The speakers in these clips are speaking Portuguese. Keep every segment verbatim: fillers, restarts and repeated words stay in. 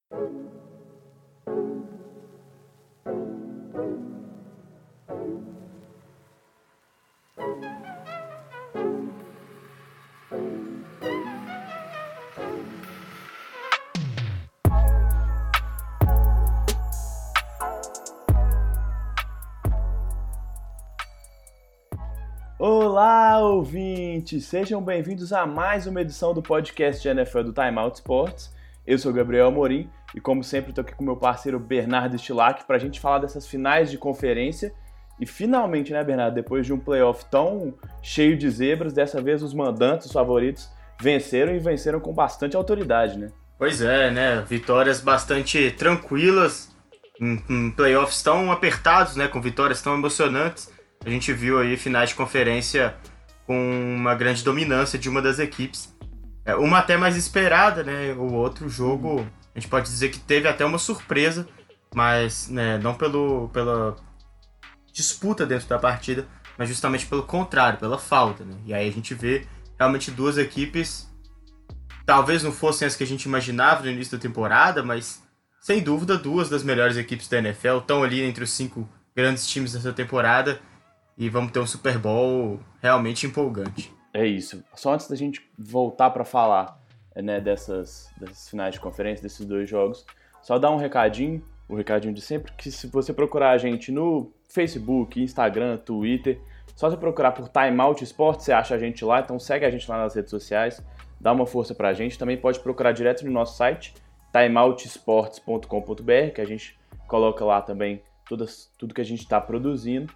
Olá, ouvintes! Sejam bem-vindos a mais uma edição do podcast de N F L do Time Out Sports. Eu sou o Gabriel Amorim e, como sempre, estou aqui com meu parceiro Bernardo Stilac para a gente falar dessas finais de conferência. E finalmente, né, Bernardo, depois de um playoff tão cheio de zebras, dessa vez os mandantes, os favoritos, venceram e venceram com bastante autoridade, né? Pois é, né? Vitórias bastante tranquilas, em, em playoffs tão apertados, né? Com vitórias tão emocionantes. A gente viu aí finais de conferência com uma grande dominância de uma das equipes. É, uma até mais esperada, né? O outro jogo, a gente pode dizer que teve até uma surpresa, mas né, não pelo, pela disputa dentro da partida, mas justamente pelo contrário, pela falta, né? E aí a gente vê realmente duas equipes, talvez não fossem as que a gente imaginava no início da temporada, mas sem dúvida duas das melhores equipes da N F L estão ali entre os cinco grandes times dessa temporada. E vamos ter um Super Bowl realmente empolgante. É isso. Só antes da gente voltar para falar né, dessas, dessas finais de conferência, desses dois jogos, só dar um recadinho, o recadinho de sempre, que se você procurar a gente no Facebook, Instagram, Twitter, só você procurar por Time Out Sports, você acha a gente lá, então segue a gente lá nas redes sociais, dá uma força pra gente. Também pode procurar direto no nosso site, time out sports ponto com ponto b r, que a gente coloca lá também todas, tudo que a gente está produzindo.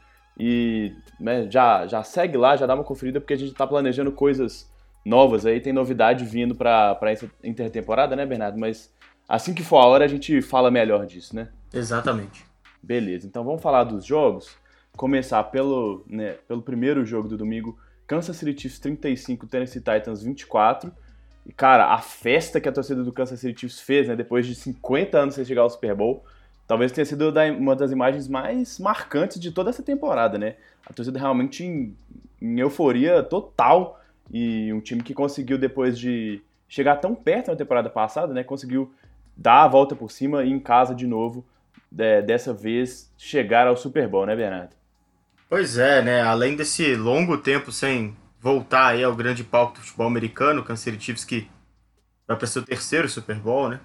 E né, já, já segue lá, já dá uma conferida, porque a gente está planejando coisas novas aí, tem novidade vindo para essa intertemporada, né, Bernardo? Mas assim que for a hora, a gente fala melhor disso, né? Exatamente. Beleza, então vamos falar dos jogos. Começar pelo, né, pelo primeiro jogo do domingo, Kansas City Chiefs trinta e cinco, Tennessee Titans vinte e quatro. E, cara, a festa que a torcida do Kansas City Chiefs fez, né, depois de cinquenta anos sem chegar ao Super Bowl, talvez tenha sido uma das imagens mais marcantes de toda essa temporada, né? A torcida realmente em, em euforia total, e um time que conseguiu, depois de chegar tão perto na temporada passada, né? Conseguiu dar a volta por cima e em casa de novo, é, dessa vez chegar ao Super Bowl, né, Bernardo? Pois é, né? Além desse longo tempo sem voltar aí ao grande palco do futebol americano, o Kansas City Chiefs que vai para seu terceiro Super Bowl, né?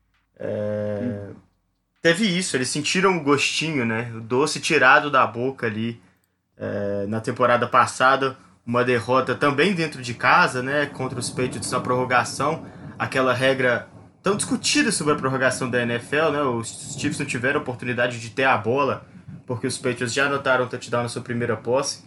É... Hum. Teve isso, eles sentiram o gostinho, né? O doce tirado da boca ali é, na temporada passada. Uma derrota também dentro de casa, né? Contra os Patriots na prorrogação. Aquela regra tão discutida sobre a prorrogação da N F L, né? Os Chiefs não tiveram oportunidade de ter a bola, porque os Patriots já anotaram o touchdown na sua primeira posse.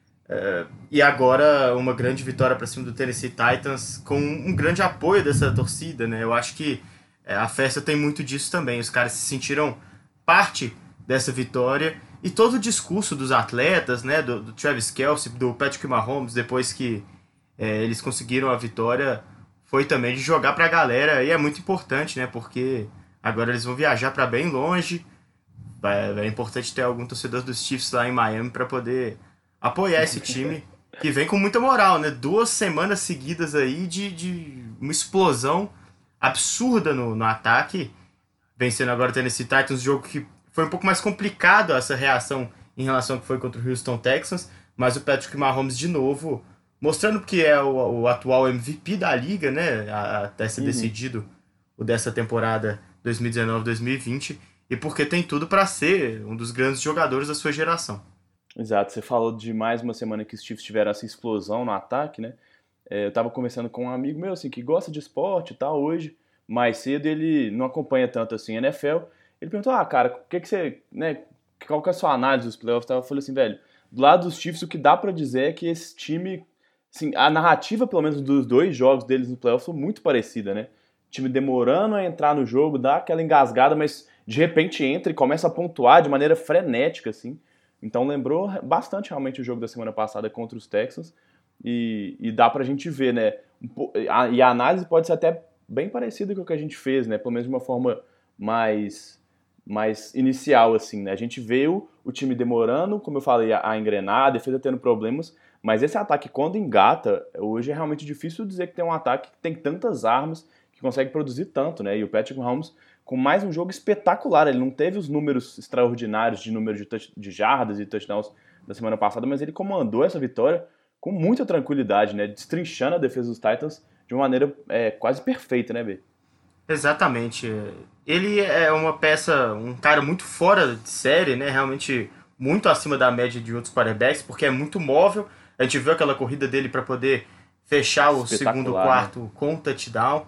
É, e agora uma grande vitória para cima do Tennessee Titans, com um grande apoio dessa torcida, né? Eu acho que a festa tem muito disso também. Os caras se sentiram parte dessa vitória. E todo o discurso dos atletas, né, do, do Travis Kelce, do Patrick Mahomes, depois que é, eles conseguiram a vitória, foi também de jogar pra galera. E é muito importante, né, porque agora eles vão viajar para bem longe. É, é importante ter algum torcedor dos Chiefs lá em Miami para poder apoiar esse time, que vem com muita moral, né? Duas semanas seguidas aí de, de uma explosão absurda no, no ataque, vencendo agora o Tennessee Titans, um jogo que foi um pouco mais complicado essa reação em relação ao que foi contra o Houston Texans, mas o Patrick Mahomes de novo, mostrando que é o, o atual M V P da liga, né, até ser uhum. decidido o dessa temporada dois mil e dezenove dois mil e vinte, e porque tem tudo para ser um dos grandes jogadores da sua geração. Exato, você falou de mais uma semana que os Chiefs tiveram essa explosão no ataque, né? Eu estava conversando com um amigo meu, assim, que gosta de esporte e tal, hoje, mais cedo, ele não acompanha tanto, assim, a N F L. Ele perguntou, ah, cara, o que que você, né, qual que é a sua análise dos playoffs? Eu falei assim, velho, do lado dos Chiefs, o que dá pra dizer é que esse time, assim, a narrativa, pelo menos, dos dois jogos deles no playoffs foi muito parecida, né? O time demorando a entrar no jogo, dá aquela engasgada, mas de repente entra e começa a pontuar de maneira frenética, assim. Então lembrou bastante, realmente, o jogo da semana passada contra os Texans. E, e dá pra gente ver, né? A, e a análise pode ser até bem parecida com o que a gente fez, né? Pelo menos de uma forma mais, mais inicial, assim, né? A gente vê o, o time demorando, como eu falei, a, a engrenar, a defesa tendo problemas, mas esse ataque, quando engata, hoje é realmente difícil dizer que tem um ataque que tem tantas armas, que consegue produzir tanto, né? E o Patrick Mahomes com mais um jogo espetacular. Ele não teve os números extraordinários de número de, touch, de jardas e touchdowns da semana passada, mas ele comandou essa vitória com muita tranquilidade, né? Destrinchando a defesa dos Titans de uma maneira é, quase perfeita, né, B? Exatamente. Ele é uma peça, um cara muito fora de série, né? Realmente muito acima da média de outros quarterbacks, porque é muito móvel. A gente viu aquela corrida dele para poder fechar o segundo quarto, né, com touchdown,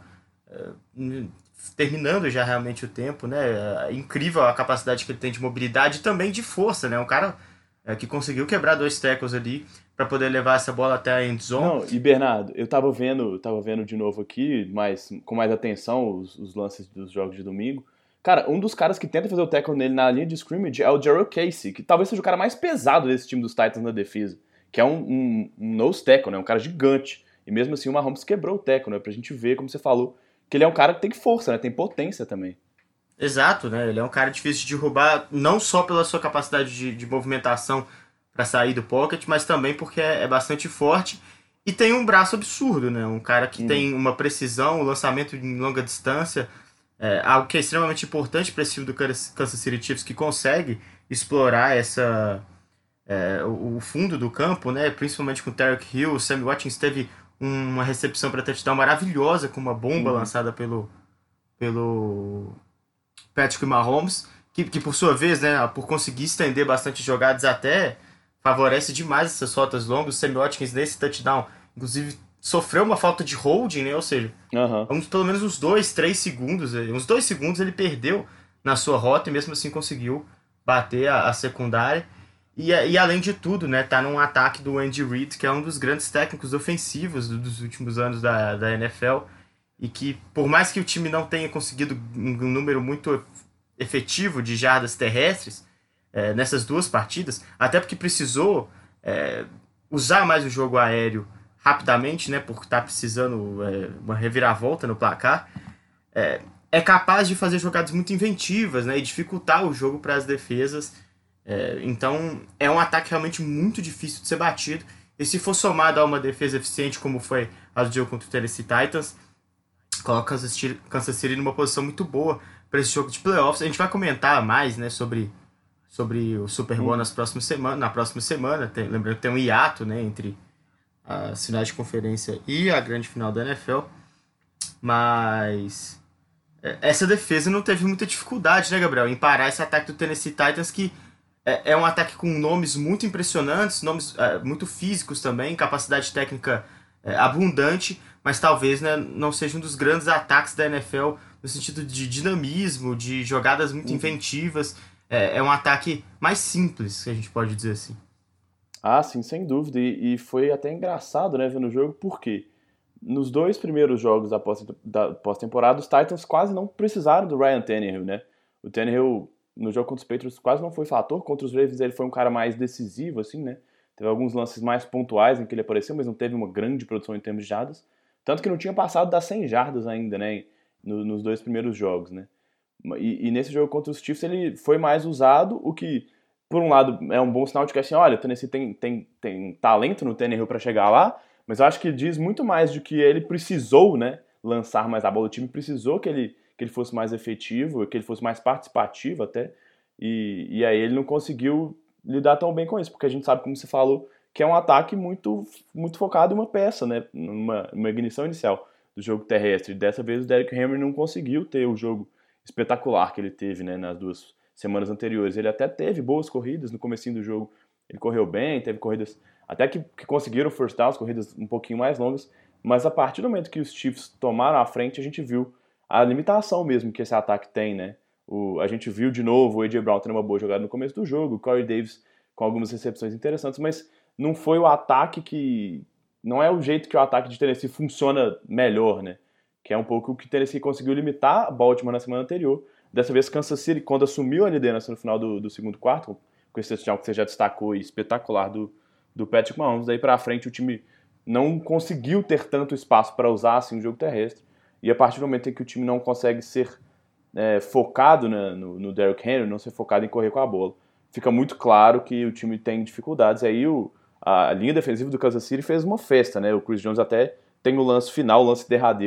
terminando já realmente o tempo, né? É incrível a capacidade que ele tem de mobilidade e também de força, né? Um cara que conseguiu quebrar dois tackles ali para poder levar essa bola até a end zone. Não, e Bernardo, eu tava vendo, tava vendo de novo aqui, mas com mais atenção os, os lances dos jogos de domingo. Cara, um dos caras que tenta fazer o tackle nele na linha de scrimmage é o Jurrell Casey, que talvez seja o cara mais pesado desse time dos Titans na defesa, que é um, um, um nose tackle, né? Um cara gigante. E mesmo assim o Mahomes quebrou o tackle, né? Pra gente ver, como você falou, que ele é um cara que tem força, né? Tem potência também. Exato, né? Ele é um cara difícil de derrubar, não só pela sua capacidade de, de movimentação para sair do pocket, mas também porque é, é bastante forte e tem um braço absurdo, né? Um cara que hum. tem uma precisão, um lançamento em longa distância, é, algo que é extremamente importante para esse time do Kansas City Chiefs, que consegue explorar essa, é, o, o fundo do campo, né? Principalmente com o Tyreek Hill. O Sammy Watkins teve uma recepção para touchdown maravilhosa, com uma bomba hum. lançada pelo, pelo Patrick Mahomes, que, que por sua vez, né, por conseguir estender bastante jogadas, até favorece demais essas rotas longas. O Sammy Watkins nesse touchdown, inclusive, sofreu uma falta de holding, né, ou seja, uhum. uns, pelo menos uns dois, três segundos, uns dois segundos ele perdeu na sua rota e mesmo assim conseguiu bater a, a secundária. E, e além de tudo, né, tá num ataque do Andy Reid, que é um dos grandes técnicos ofensivos dos últimos anos da, da N F L, e que, por mais que o time não tenha conseguido um número muito efetivo de jardas terrestres é, nessas duas partidas, até porque precisou é, usar mais o jogo aéreo rapidamente, né, porque está precisando é, uma reviravolta no placar, é, é capaz de fazer jogadas muito inventivas, né, e dificultar o jogo para as defesas. É, então é um ataque realmente muito difícil de ser batido, e se for somado a uma defesa eficiente como foi a do jogo contra o Tennessee Titans, coloca o Kansas City numa posição muito boa para esse jogo de playoffs. A gente vai comentar mais, né, sobre, sobre o Super Bowl hum. nas próximas semanas, na próxima semana. Tem, lembrando que tem um hiato, né, entre as finais de conferência e a grande final da N F L. Mas essa defesa não teve muita dificuldade, né, Gabriel, em parar esse ataque do Tennessee Titans, que é, é um ataque com nomes muito impressionantes, nomes é, muito físicos também, capacidade técnica é, abundante, mas talvez, né, não seja um dos grandes ataques da N F L no sentido de dinamismo, de jogadas muito uhum. inventivas. É, é um ataque mais simples, que a gente pode dizer assim. Ah, sim, sem dúvida. E, e foi até engraçado, né, vendo o jogo, porque nos dois primeiros jogos da pós-temporada, os Titans quase não precisaram do Ryan Tannehill, né? O Tannehill, no jogo contra os Patriots, quase não foi fator. Contra os Ravens, ele foi um cara mais decisivo, assim, né? Teve alguns lances mais pontuais em que ele apareceu, mas não teve uma grande produção em termos de jardas. Tanto que não tinha passado das cem jardas ainda, né? No, nos dois primeiros jogos, né? E, e nesse jogo contra os Chiefs ele foi mais usado, o que, por um lado, é um bom sinal de que, assim, olha, o Tennessee tem, tem, tem talento no Tannehill para chegar lá, mas eu acho que diz muito mais de que ele precisou, né, lançar mais a bola. O time precisou que ele, que ele fosse mais efetivo, que ele fosse mais participativo até, e, e aí ele não conseguiu lidar tão bem com isso, porque a gente sabe, como você falou, que é um ataque muito, muito focado em uma peça, né, numa, numa ignição inicial do jogo terrestre. Dessa vez o Derrick Henry não conseguiu ter o jogo espetacular que ele teve, né, nas duas semanas anteriores. Ele até teve boas corridas no comecinho do jogo, ele correu bem, teve corridas até que, que conseguiram first downs, corridas um pouquinho mais longas, mas a partir do momento que os Chiefs tomaram a frente, a gente viu a limitação mesmo que esse ataque tem, né? O, a gente viu de novo o A J Brown tendo uma boa jogada no começo do jogo, o Corey Davis com algumas recepções interessantes, mas não foi o ataque que... não é o jeito que o ataque de Tennessee funciona melhor, né? Que é um pouco o que Tennessee conseguiu limitar Baltimore na semana anterior. Dessa vez Kansas City, quando assumiu a liderança no final do, do segundo quarto, com esse touchdown que você já destacou e espetacular do, do Patrick Mahomes, daí pra frente o time não conseguiu ter tanto espaço para usar assim, o jogo terrestre, e a partir do momento em que o time não consegue ser é, focado, né, no, no Derrick Henry, não ser focado em correr com a bola, fica muito claro que o time tem dificuldades. Aí o, a linha defensiva do Kansas City fez uma festa, né? O Chris Jones até tem o lance final, o lance derradeiro,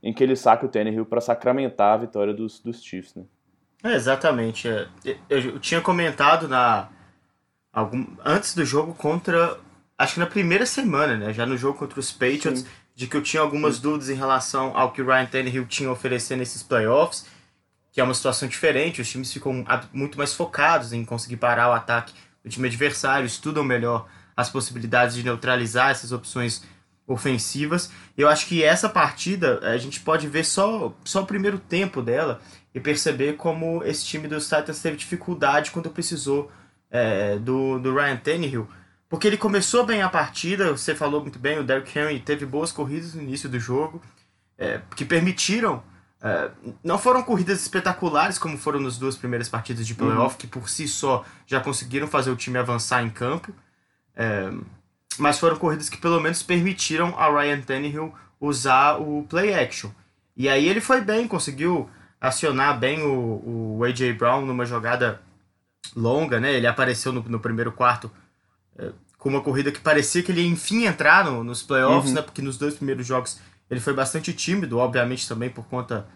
em que ele saca o Tannehill para sacramentar a vitória dos, dos Chiefs, né? É, exatamente. É. Eu, eu tinha comentado na algum, antes do jogo contra, acho que na primeira semana, né? Já no jogo contra os Patriots, Sim. de que eu tinha algumas Sim. dúvidas em relação ao que o Ryan Tannehill tinha a oferecer nesses playoffs, que é uma situação diferente. Os times ficam muito mais focados em conseguir parar o ataque do time adversário, estudam melhor as possibilidades de neutralizar essas opções ofensivas. Eu acho que essa partida a gente pode ver só, só o primeiro tempo dela e perceber como esse time dos Titans teve dificuldade quando precisou é, do, do Ryan Tannehill. Porque ele começou bem a partida, você falou muito bem, o Derrick Henry teve boas corridas no início do jogo, é, que permitiram. É, não foram corridas espetaculares como foram nas duas primeiras partidas de playoff, Uhum. que por si só já conseguiram fazer o time avançar em campo. É, mas foram corridas que pelo menos permitiram a Ryan Tannehill usar o play action. E aí ele foi bem, conseguiu acionar bem o, o A J Brown numa jogada longa, né? Ele apareceu no, no primeiro quarto é, com uma corrida que parecia que ele ia enfim entrar no, nos playoffs, né? Uhum. Porque nos dois primeiros jogos ele foi bastante tímido, obviamente também por conta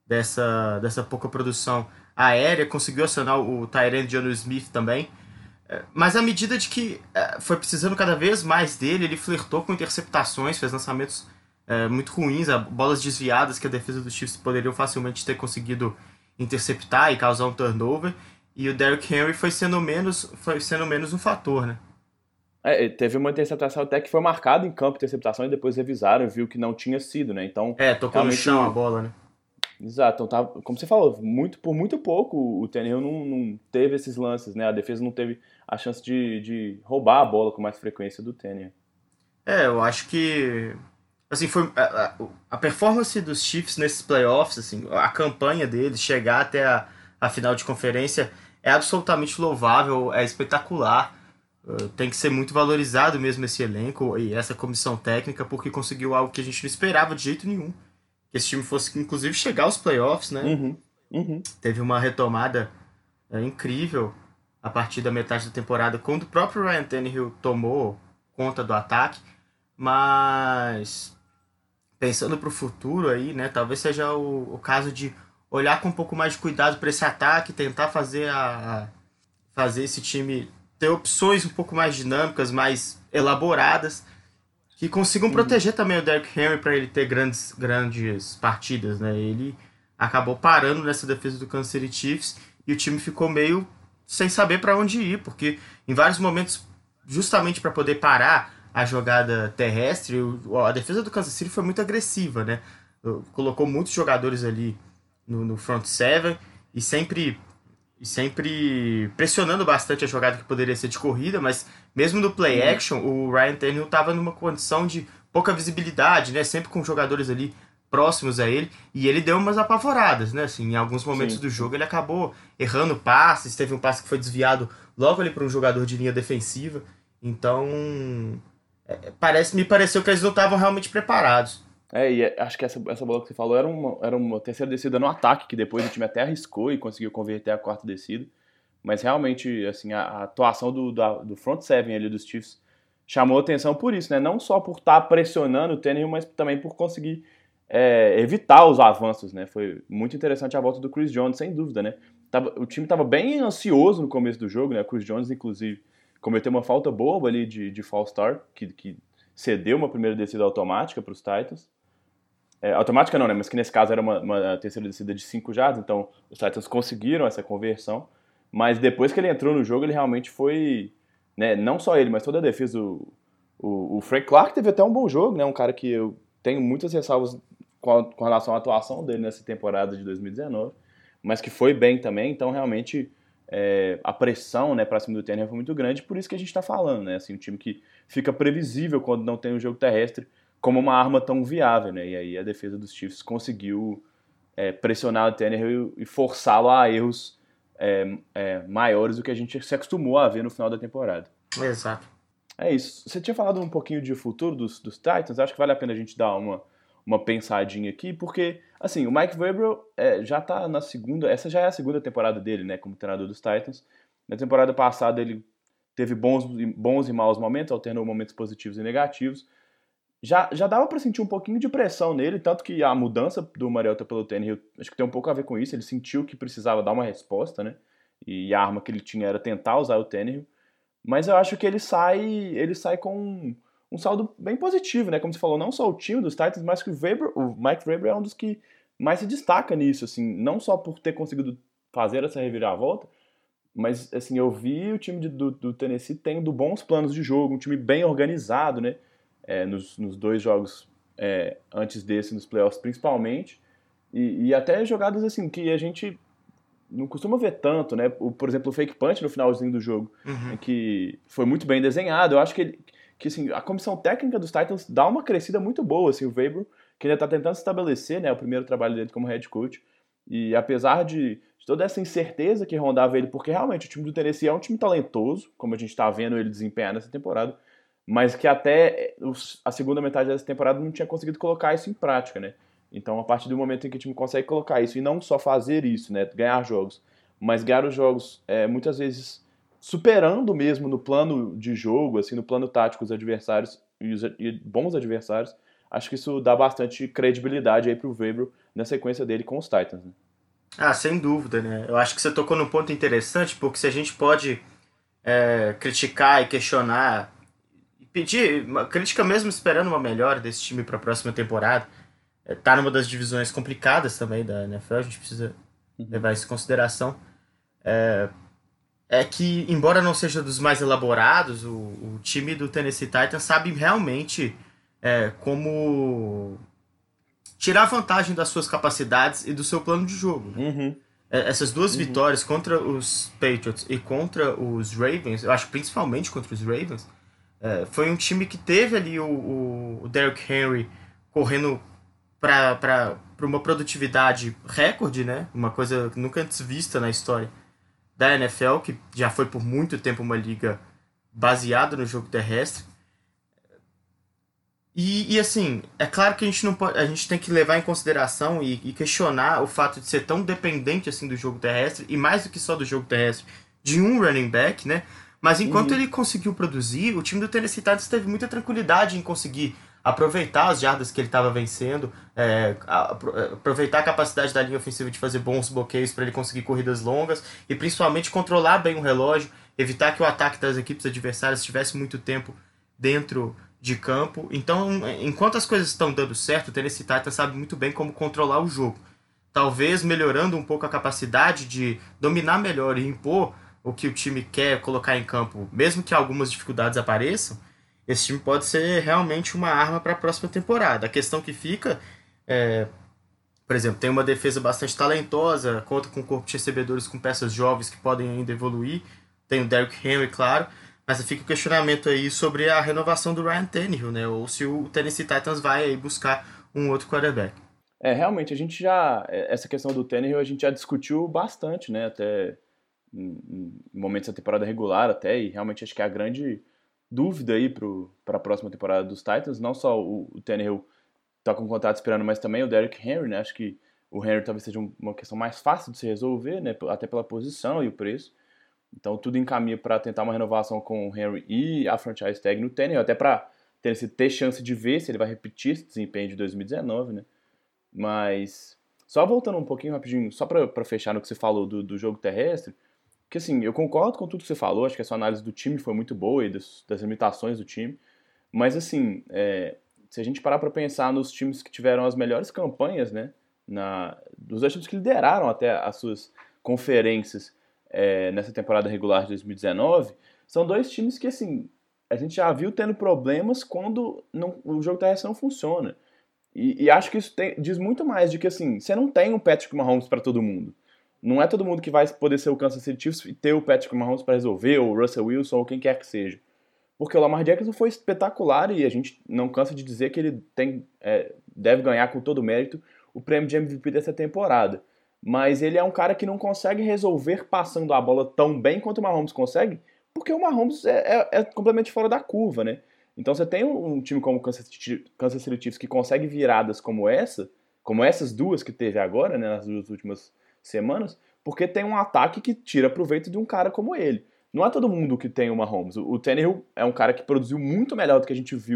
dessa, dessa pouca produção aérea. Conseguiu acionar o Tyrande Jonnu Smith também. Mas à medida de que é, foi precisando cada vez mais dele, ele flertou com interceptações, fez lançamentos é, muito ruins, bolas desviadas que a defesa dos Chiefs poderiam facilmente ter conseguido interceptar e causar um turnover. E o Derrick Henry foi sendo menos, foi sendo menos um fator, né? É, teve uma interceptação até que foi marcada em campo, interceptação, e depois revisaram e viu que não tinha sido, né? Então, É, tocou no realmente, chão a o, bola, né? exato, então tava, como você falou, muito, por muito pouco o Tannehill não, não teve esses lances, né? A defesa não teve a chance de, de roubar a bola com mais frequência do Tannehill. É, eu acho que assim foi a, a, a performance dos Chiefs nesses playoffs, assim, a campanha deles chegar até a, a final de conferência é absolutamente louvável, é espetacular. Uh, tem que ser muito valorizado mesmo esse elenco e essa comissão técnica porque conseguiu algo que a gente não esperava de jeito nenhum. Que esse time fosse inclusive chegar aos playoffs, né? Uhum, uhum. Teve uma retomada é, incrível a partir da metade da temporada, quando o próprio Ryan Tannehill tomou conta do ataque, mas pensando para o futuro aí, né, talvez seja o, o caso de olhar com um pouco mais de cuidado para esse ataque, tentar fazer a, a fazer esse time ter opções um pouco mais dinâmicas, mais elaboradas, que consigam Uhum. proteger também o Derrick Henry para ele ter grandes, grandes partidas, né? Ele acabou parando nessa defesa do Kansas City Chiefs e o time ficou meio sem saber para onde ir, porque em vários momentos, justamente para poder parar a jogada terrestre, a defesa do Kansas City foi muito agressiva, né? Colocou muitos jogadores ali no, no front seven e sempre e sempre pressionando bastante a jogada que poderia ser de corrida, mas mesmo no play Uhum. action, o Ryan Tannehill estava numa condição de pouca visibilidade, né? Sempre com jogadores ali próximos a ele, e ele deu umas apavoradas, né? Assim, em alguns momentos Sim, do sim. jogo ele acabou errando passes, teve um passe que foi desviado logo ali para um jogador de linha defensiva. Então, é, parece, me pareceu que eles não estavam realmente preparados. É, e é- acho que essa, essa bola que você falou era uma, era uma terceira descida no ataque, que depois o time até arriscou e conseguiu converter a quarta descida. Mas realmente, assim, a, a atuação do, da- do front seven ali dos Chiefs chamou atenção por isso, né? Não só por estar pressionando o Tannehill, mas também por conseguir é, evitar os avanços, né? Foi muito interessante a volta do Chris Jones, sem dúvida, né? Tava, o time estava bem ansioso no começo do jogo, né? O Chris Jones, inclusive, cometeu uma falta boba ali de, de false start, que, que cedeu uma primeira descida automática para os Titans. É, automática não, né? Mas que nesse caso era uma, uma terceira descida de cinco jardas, então os Titans conseguiram essa conversão. Mas depois que ele entrou no jogo, ele realmente foi. Né, não só ele, mas toda a defesa. O, o, o Frank Clark teve até um bom jogo, né? Um cara que eu tenho muitas ressalvas com, a, com relação à atuação dele nessa temporada de dois mil e dezenove, mas que foi bem também. Então, realmente, é, a pressão, né, para cima do Tannehill foi muito grande, por isso que a gente está falando, né? Assim, um time que fica previsível quando não tem um jogo terrestre como uma arma tão viável, né? E aí a defesa dos Chiefs conseguiu é, pressionar o Tannehill e forçá-lo a erros é, é, maiores do que a gente se acostumou a ver no final da temporada. Exato. É isso. Você tinha falado um pouquinho de futuro dos, dos Titans, acho que vale a pena a gente dar uma, uma pensadinha aqui, porque, assim, o Mike Vrabel é, já tá na segunda, essa já é a segunda temporada dele, né, como treinador dos Titans. Na temporada passada ele teve bons, bons e maus momentos, alternou momentos positivos e negativos. já, já dava pra sentir um pouquinho de pressão nele, tanto que a mudança do Mariota pelo Tannehill, acho que tem um pouco a ver com isso, ele sentiu que precisava dar uma resposta, né? E a arma que ele tinha era tentar usar o Tannehill, mas eu acho que ele sai, ele sai com um, um saldo bem positivo, né? Como você falou, não só o time dos Titans, mas que o Vrabel, o Mike Vrabel é um dos que mais se destaca nisso, assim, não só por ter conseguido fazer essa reviravolta, mas assim, eu vi o time de- do, do Tennessee tendo bons planos de jogo, um time bem organizado, né? É, nos, nos dois jogos é, antes desse, nos playoffs principalmente, e, e até jogadas assim que a gente não costuma ver tanto, né? O, por exemplo, o fake punch no finalzinho do jogo, Uhum. em que foi muito bem desenhado. Eu acho que, ele, que assim, a comissão técnica dos Titans dá uma crescida muito boa. Assim, o Vrabel, que ainda está tentando se estabelecer, né? O primeiro trabalho dele como head coach. E apesar de, de toda essa incerteza que rondava ele, porque realmente o time do Tennessee é um time talentoso, como a gente está vendo ele desempenhar nessa temporada, mas que até os, a segunda metade dessa temporada não tinha conseguido colocar isso em prática, né? Então, a partir do momento em que o time consegue colocar isso, e não só fazer isso, né, ganhar jogos, mas ganhar os jogos é, muitas vezes superando mesmo no plano de jogo, assim, no plano tático os adversários e, os, e bons adversários, acho que isso dá bastante credibilidade aí pro Vrabel na sequência dele com os Titans, né? Ah, sem dúvida, né? Eu acho que você tocou num ponto interessante, porque se a gente pode é, criticar e questionar e pedir uma crítica mesmo esperando uma melhora desse time para a próxima temporada, é, tá numa das divisões complicadas também da N F L, a gente precisa Uhum. levar isso em consideração. É que, embora não seja dos mais elaborados, o, o time do Tennessee Titans sabe realmente é, como tirar vantagem das suas capacidades e do seu plano de jogo, né? Uhum. É, essas duas Uhum. vitórias contra os Patriots e contra os Ravens, eu acho principalmente contra os Ravens, é, foi um time que teve ali o, o, o Derrick Henry correndo para uma produtividade recorde, né? Uma coisa nunca antes vista na história da N F L, que já foi por muito tempo uma liga baseada no jogo terrestre. E, e assim, é claro que a gente não pode, a gente tem que levar em consideração e, e questionar o fato de ser tão dependente assim do jogo terrestre, e mais do que só do jogo terrestre, de um running back, né? Mas enquanto Uhum. ele conseguiu produzir, o time do Tennessee Titans teve muita tranquilidade em conseguir aproveitar as jardas que ele estava vencendo, é, a- apro- é, aproveitar a capacidade da linha ofensiva de fazer bons bloqueios para ele conseguir corridas longas e principalmente controlar bem o relógio, evitar que o ataque das equipes adversárias tivesse muito tempo dentro de campo. Então, enquanto as coisas estão dando certo, o Tennessee Titans sabe muito bem como controlar o jogo. Talvez melhorando um pouco a capacidade de dominar melhor e impor o que o time quer colocar em campo, mesmo que algumas dificuldades apareçam, esse time pode ser realmente uma arma para a próxima temporada. A questão que fica é, por exemplo, tem uma defesa bastante talentosa, conta com um corpo de recebedores com peças jovens que podem ainda evoluir. Tem o Derrick Henry, claro, mas fica o questionamento aí sobre a renovação do Ryan Tannehill, né? Ou se o Tennessee Titans vai aí buscar um outro quarterback. É, realmente, a gente já. Essa questão do Tannehill a gente já discutiu bastante, né? Até em, em momentos da temporada regular, até, e realmente acho que é a grande dúvida aí para a próxima temporada dos Titans. Não só o, o Tannehill tá com contrato esperando, mas também o Derrick Henry, né? Acho que o Henry talvez seja um- uma questão mais fácil de se resolver, né? Até pela posição e o preço. Então tudo encaminha para tentar uma renovação com o Henry e a franchise tag no Tannehill, até para ter, ter chance de ver se ele vai repetir esse desempenho de dois mil e dezenove, né? Mas, só voltando um pouquinho rapidinho, só para fechar no que você falou do, do jogo terrestre, que assim, eu concordo com tudo que você falou, acho que a sua análise do time foi muito boa e das, das limitações do time, mas assim, é, se a gente parar para pensar nos times que tiveram as melhores campanhas, né, na, dos dois times que lideraram até as suas conferências é, nessa temporada regular de dois mil e dezenove, são dois times que assim, a gente já viu tendo problemas quando não, o jogo terrestre não funciona. E, e acho que isso tem- diz muito mais de que, assim, você não tem um Patrick Mahomes para todo mundo. Não é todo mundo que vai poder ser o Kansas City Chiefs e ter o Patrick Mahomes para resolver, ou o Russell Wilson, ou quem quer que seja. Porque o Lamar Jackson foi espetacular e a gente não cansa de dizer que ele tem, é, deve ganhar com todo o mérito o prêmio de M V P dessa temporada. Mas ele é um cara que não consegue resolver passando a bola tão bem quanto o Mahomes consegue, porque o Mahomes é, é, é completamente fora da curva, né? Então você tem um, um time como o Kansas City, Kansas City Chiefs que consegue viradas como essa, como essas duas que teve agora, né, nas duas últimas semanas, porque tem um ataque que tira proveito de um cara como ele. Não é todo mundo que tem o Mahomes. O Tannehill é um cara que produziu muito melhor do que a gente viu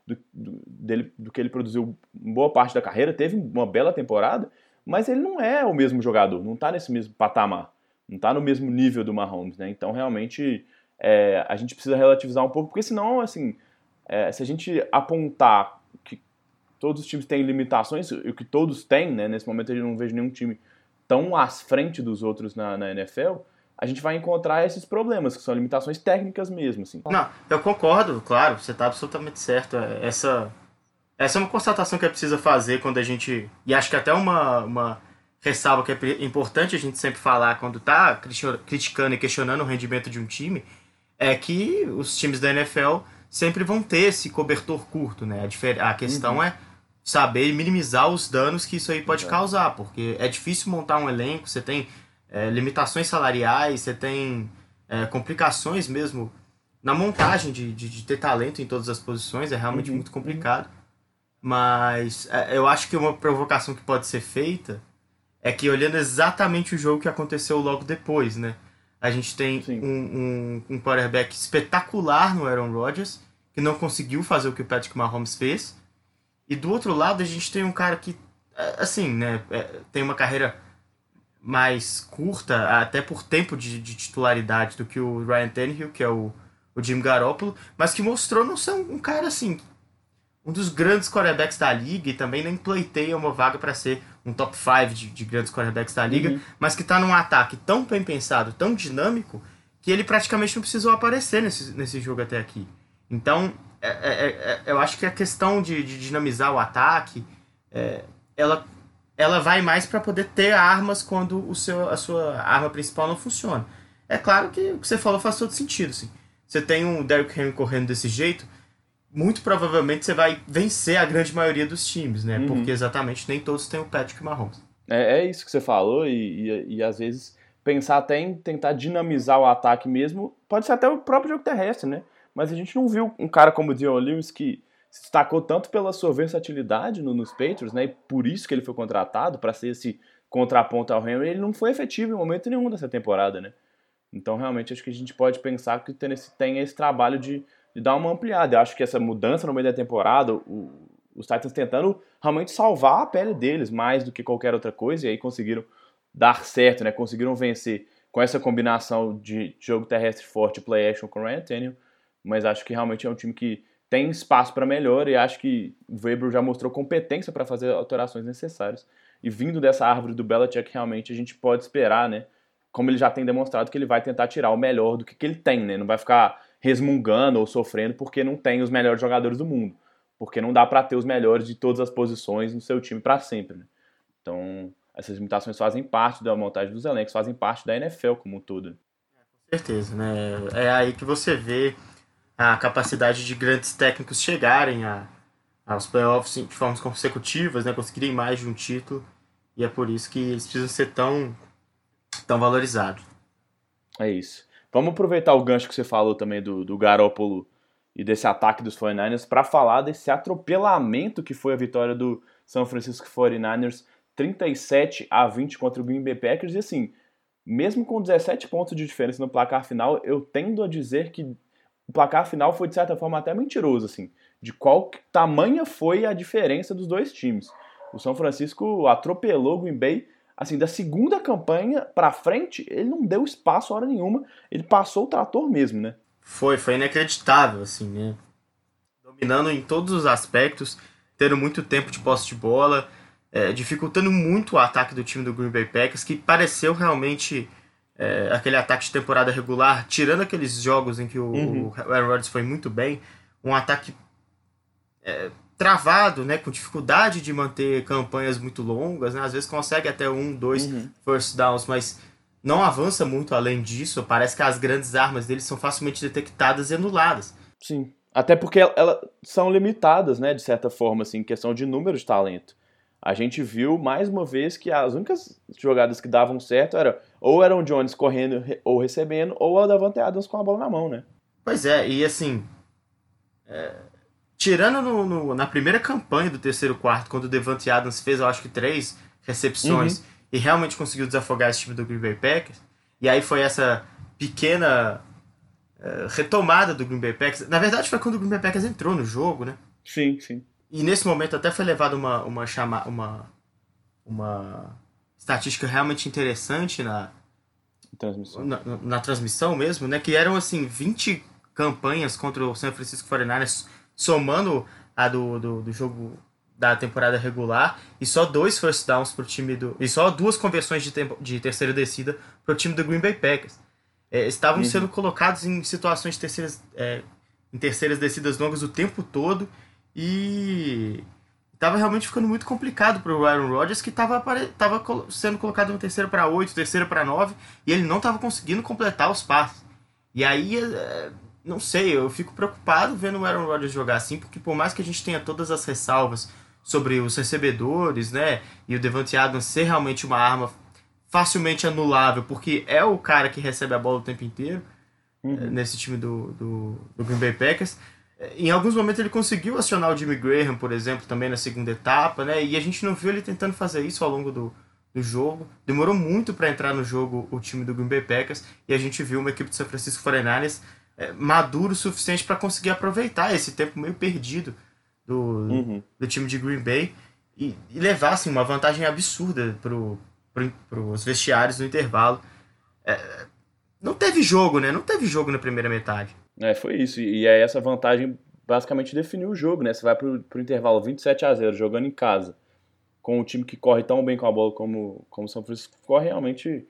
do, do, dele, do que ele produziu boa parte da carreira, teve uma bela temporada, mas ele não é o mesmo jogador, não está nesse mesmo patamar, não está no mesmo nível do Mahomes, né? Então, realmente, é, a gente precisa relativizar um pouco, porque senão, assim, é, se a gente apontar que todos os times têm limitações, o que todos têm, né? Nesse momento eu não vejo nenhum time tão à frente dos outros na, na N F L, a gente vai encontrar esses problemas, que são limitações técnicas mesmo, assim. Não, eu concordo, claro, você está absolutamente certo. Essa, essa é uma constatação que é preciso fazer quando a gente... E acho que até uma, uma ressalva que é importante a gente sempre falar quando está criticando e questionando o rendimento de um time, é que os times da N F L sempre vão ter esse cobertor curto, né? A, difer- a questão uhum. é saber minimizar os danos que isso aí pode Exato. causar, porque é difícil montar um elenco, você tem é, limitações salariais, você tem é, complicações mesmo na montagem de, de, de ter talento em todas as posições, é realmente uhum. muito complicado. Mas é, eu acho que uma provocação que pode ser feita é que olhando exatamente o jogo que aconteceu logo depois, né? A gente tem um, um, um quarterback espetacular no Aaron Rodgers, que não conseguiu fazer o que o Patrick Mahomes fez. E do outro lado a gente tem um cara que, assim, né, tem uma carreira mais curta, até por tempo de, de titularidade, do que o Ryan Tannehill, que é o, o Jimmy Garoppolo, mas que mostrou não ser um, um cara, assim, um dos grandes quarterbacks da liga, e também nem pleiteia uma vaga para ser um top cinco de, de grandes quarterbacks da liga, uhum. mas que está num ataque tão bem pensado, tão dinâmico, que ele praticamente não precisou aparecer nesse, nesse jogo até aqui. Então, é, é, é, eu acho que a questão de, de dinamizar o ataque, é, ela, ela vai mais para poder ter armas quando o seu, a sua arma principal não funciona. É claro que o que você falou faz todo sentido. Assim. Você tem um Derrick Henry correndo desse jeito, muito provavelmente você vai vencer a grande maioria dos times, né? Uhum. Porque exatamente nem todos têm o Patrick Mahomes. É, é isso que você falou, e, e, e às vezes pensar até em tentar dinamizar o ataque mesmo, pode ser até o próprio jogo terrestre, né? Mas a gente não viu um cara como o Dion Lewis que se destacou tanto pela sua versatilidade no, nos Patriots, né? E por isso que ele foi contratado, para ser esse contraponto ao Henry. Ele não foi efetivo em momento nenhum dessa temporada, né? Então, realmente, acho que a gente pode pensar que tem esse, tem esse trabalho de, de dar uma ampliada. Eu acho que essa mudança no meio da temporada, o, os Titans tentando realmente salvar a pele deles mais do que qualquer outra coisa, e aí conseguiram dar certo, né? Conseguiram vencer com essa combinação de jogo terrestre forte e play action com o Ryan Tannehill. Mas acho que realmente é um time que tem espaço para melhor, e acho que o Vrabel já mostrou competência para fazer alterações necessárias. E vindo dessa árvore do Belichick, realmente a gente pode esperar, né? Como ele já tem demonstrado, que ele vai tentar tirar o melhor do que, que ele tem, né? Não vai ficar resmungando ou sofrendo porque não tem os melhores jogadores do mundo. Porque não dá para ter os melhores de todas as posições no seu time para sempre, né? Então, essas limitações fazem parte da montagem dos elencos, fazem parte da N F L como um todo. Com certeza, né? É aí que você vê a capacidade de grandes técnicos chegarem a, aos playoffs de formas consecutivas, né? Conseguirem mais de um título, e é por isso que eles precisam ser tão, tão valorizados. É isso. Vamos aproveitar o gancho que você falou também do, do Garoppolo e desse ataque dos quarenta e nine ers para falar desse atropelamento que foi a vitória do San Francisco quarenta e nine ers trinta e sete a vinte contra o Green Bay Packers. E assim, mesmo com dezessete pontos de diferença no placar final, eu tendo a dizer que o placar final foi, de certa forma, até mentiroso, assim, de qual tamanha foi a diferença dos dois times. O São Francisco atropelou o Green Bay, assim, da segunda campanha pra frente, ele não deu espaço a hora nenhuma, ele passou o trator mesmo, né? Foi, foi inacreditável, assim, né? Dominando em todos os aspectos, tendo muito tempo de posse de bola, é, dificultando muito o ataque do time do Green Bay Packers, que pareceu realmente... É, aquele ataque de temporada regular, tirando aqueles jogos em que o, uhum. o Aaron Rodgers foi muito bem, um ataque é, travado, né, com dificuldade de manter campanhas muito longas, né, às vezes consegue até um, dois uhum. first downs, mas não avança muito além disso. Parece que as grandes armas deles são facilmente detectadas e anuladas. Sim, até porque elas são limitadas, né, de certa forma, assim, em questão de número de talento. A gente viu mais uma vez que as únicas jogadas que davam certo eram ou Aaron Jones correndo ou recebendo, ou o Davante Adams com a bola na mão, né? Pois é, e assim, é, tirando no, no, na primeira campanha do terceiro quarto, quando o Davante Adams fez, eu acho que três recepções, uhum. e realmente conseguiu desafogar esse time do Green Bay Packers, e aí foi essa pequena é, retomada do Green Bay Packers. Na verdade foi quando o Green Bay Packers entrou no jogo, né? Sim, sim. E nesse momento até foi levada uma, uma, chama, uma, uma estatística realmente interessante na, Transmissão. na, na transmissão mesmo, né? Que eram assim vinte campanhas contra o San Francisco forty-niners, somando a do, do, do jogo da temporada regular, e só dois first downs pro time do. E só duas conversões de, tempo, de terceira descida pro time do Green Bay Packers. É, estavam Uhum. sendo colocados em situações de terceiras, é, em terceiras descidas longas o tempo todo, e tava realmente ficando muito complicado pro Aaron Rodgers, que tava, tava sendo colocado no terceiro para oito, terceiro para nove, e ele não tava conseguindo completar os passes. E aí, não sei, eu fico preocupado vendo o Aaron Rodgers jogar assim, porque por mais que a gente tenha todas as ressalvas sobre os recebedores, né, e o Devante Adams ser realmente uma arma facilmente anulável, porque é o cara que recebe a bola o tempo inteiro, uhum. nesse time do, do, do Green Bay Packers. Em alguns momentos ele conseguiu acionar o Jimmy Graham, por exemplo, também na segunda etapa, né? E a gente não viu ele tentando fazer isso ao longo do, do jogo. Demorou muito para entrar no jogo o time do Green Bay Packers, e a gente viu uma equipe do San Francisco forty-niners é, maduro o suficiente para conseguir aproveitar esse tempo meio perdido do, uhum. do time de Green Bay e, e levar assim, uma vantagem absurda pro para os vestiários no intervalo. É, não teve jogo, né? Não teve jogo na primeira metade. É, foi isso. E aí essa vantagem basicamente definiu o jogo, né? Você vai pro, pro intervalo vinte e sete a zero, jogando em casa, com um time que corre tão bem com a bola como, como o São Francisco corre, realmente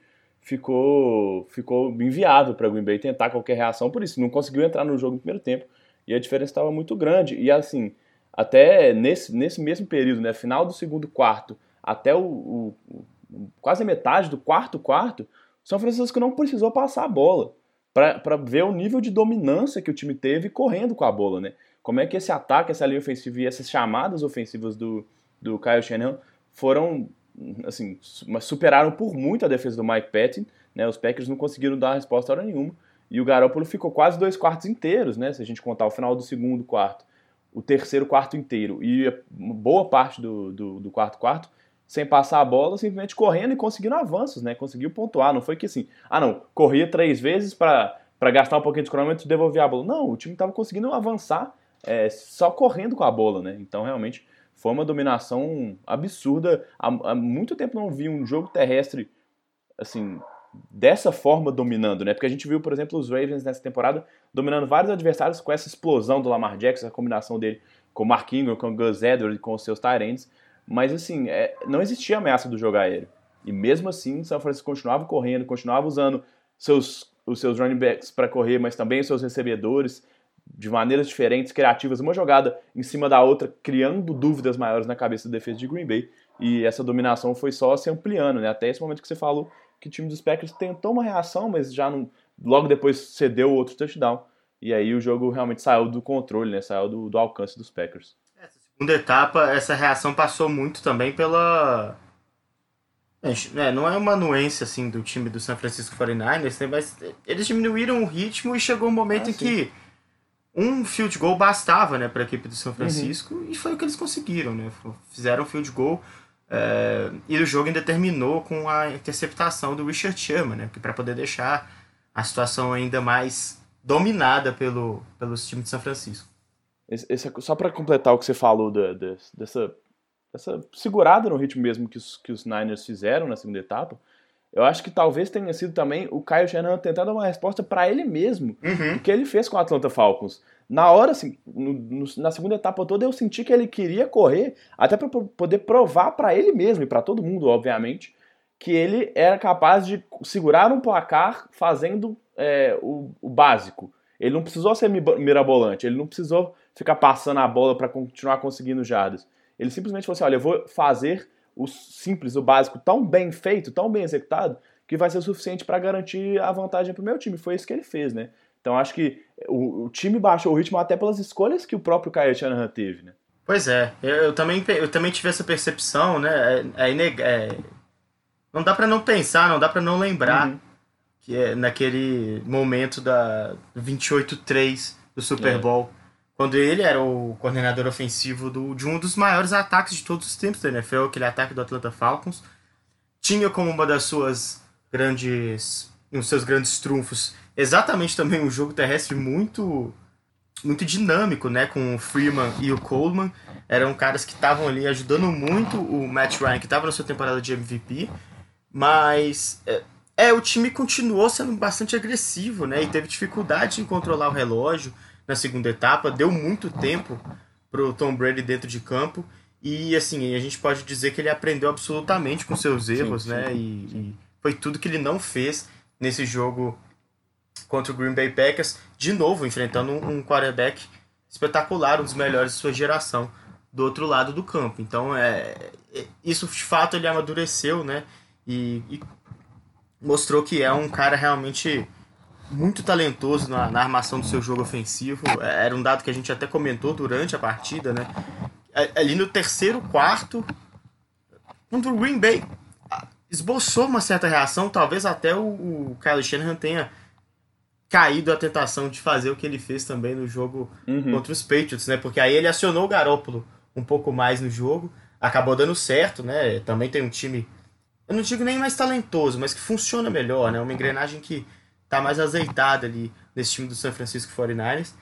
ficou, ficou inviável para o Green Bay tentar qualquer reação. Por isso, não conseguiu entrar no jogo no primeiro tempo. E a diferença estava muito grande. E assim, até nesse, nesse mesmo período, né? Final do segundo quarto, até o, o, o quase metade do quarto quarto, o São Francisco não precisou passar a bola para ver o nível de dominância que o time teve correndo com a bola, né? Como é que esse ataque, essa linha ofensiva e essas chamadas ofensivas do, do Kyle Shanahan foram, assim, superaram por muito a defesa do Mike Patton, né? Os Packers não conseguiram dar resposta a hora nenhuma, e o Garoppolo ficou quase dois quartos inteiros, né? Se a gente contar o final do segundo quarto, o terceiro quarto inteiro e boa parte do, do, do quarto quarto, sem passar a bola, simplesmente correndo e conseguindo avanços, né? Conseguiu pontuar. Não foi que assim, ah não, corria três vezes para gastar um pouquinho de cronômetro e devolver a bola. Não, o time estava conseguindo avançar é, só correndo com a bola, né? Então realmente foi uma dominação absurda. Há, há muito tempo não vi um jogo terrestre assim dessa forma dominando, né? Porque a gente viu, por exemplo, os Ravens nessa temporada dominando vários adversários com essa explosão do Lamar Jackson, a combinação dele com o Mark Ingram, com o Gus Edwards e com os seus tight ends. Mas assim, é, não existia ameaça do jogo aéreo. E mesmo assim, o São Francisco continuava correndo, continuava usando seus, os seus running backs para correr, mas também os seus recebedores de maneiras diferentes, criativas, uma jogada em cima da outra, criando dúvidas maiores na cabeça da defesa de Green Bay. E essa dominação foi só se ampliando, né? Até esse momento que você falou que o time dos Packers tentou uma reação, mas já não, logo depois cedeu outro touchdown. E aí o jogo realmente saiu do controle, né? Saiu do, do alcance dos Packers. Segunda etapa, essa reação passou muito também pela... É, não é uma anuência assim, do time do San Francisco forty-niners, né, mas eles diminuíram o ritmo e chegou um momento ah, em sim. que um field goal bastava, né, para a equipe do São Francisco, uhum. e foi o que eles conseguiram. Né? Fizeram um field goal é, e o jogo ainda terminou com a interceptação do Richard Sherman, né, para poder deixar a situação ainda mais dominada pelo, pelos times de São Francisco. Esse, esse, só para completar o que você falou da, da, dessa, dessa segurada no ritmo mesmo que os, que os Niners fizeram na segunda etapa, eu acho que talvez tenha sido também o Kyle Shanahan tentando dar uma resposta para ele mesmo, uhum. o que ele fez com o Atlanta Falcons. Na hora, assim, no, no, na segunda etapa toda, eu senti que ele queria correr, até para poder provar para ele mesmo e para todo mundo, obviamente, que ele era capaz de segurar um placar fazendo é, o, o básico. Ele não precisou ser mirabolante, ele não precisou ficar passando a bola para continuar conseguindo jardas. Ele simplesmente falou assim, olha, eu vou fazer o simples, o básico, tão bem feito, tão bem executado, que vai ser o suficiente para garantir a vantagem para o meu time. Foi isso que ele fez, né? Então acho que o, o time baixou o ritmo até pelas escolhas que o próprio Kyle Shanahan teve, né? Pois é, eu, eu, também, eu também tive essa percepção, né? É, é ineg... é... Não dá para não pensar, não dá para não lembrar uhum. que é naquele momento da vinte e oito a três do Super Bowl, é. quando ele era o coordenador ofensivo do, de um dos maiores ataques de todos os tempos da N F L, aquele ataque do Atlanta Falcons. Tinha como uma das suas grandes, um dos seus grandes trunfos exatamente também um jogo terrestre muito muito dinâmico, né? Com o Freeman e o Coleman. Eram caras que estavam ali ajudando muito o Matt Ryan, que estava na sua temporada de M V P. Mas é, é, o time continuou sendo bastante agressivo, né? E teve dificuldade em controlar o relógio na segunda etapa. Deu muito tempo pro Tom Brady dentro de campo. E assim, a gente pode dizer que ele aprendeu absolutamente com seus erros, sim, sim, né? E, e foi tudo que ele não fez nesse jogo contra o Green Bay Packers, de novo enfrentando um quarterback espetacular, um dos melhores de sua geração, do outro lado do campo. Então, é, isso de fato ele amadureceu, né? E, e mostrou que é um cara realmente muito talentoso na, na armação do seu jogo ofensivo. Era um dado que a gente até comentou durante a partida, né? Ali no terceiro quarto, quando o Green Bay esboçou uma certa reação, talvez até o, o Kyle Shanahan tenha caído a tentação de fazer o que ele fez também no jogo uhum. contra os Patriots, né? Porque aí ele acionou o Garoppolo um pouco mais no jogo, acabou dando certo, né? Também tem um time, eu não digo nem mais talentoso, mas que funciona melhor, né? Uma engrenagem que tá mais azeitada ali nesse time do San Francisco quarenta e nove ers.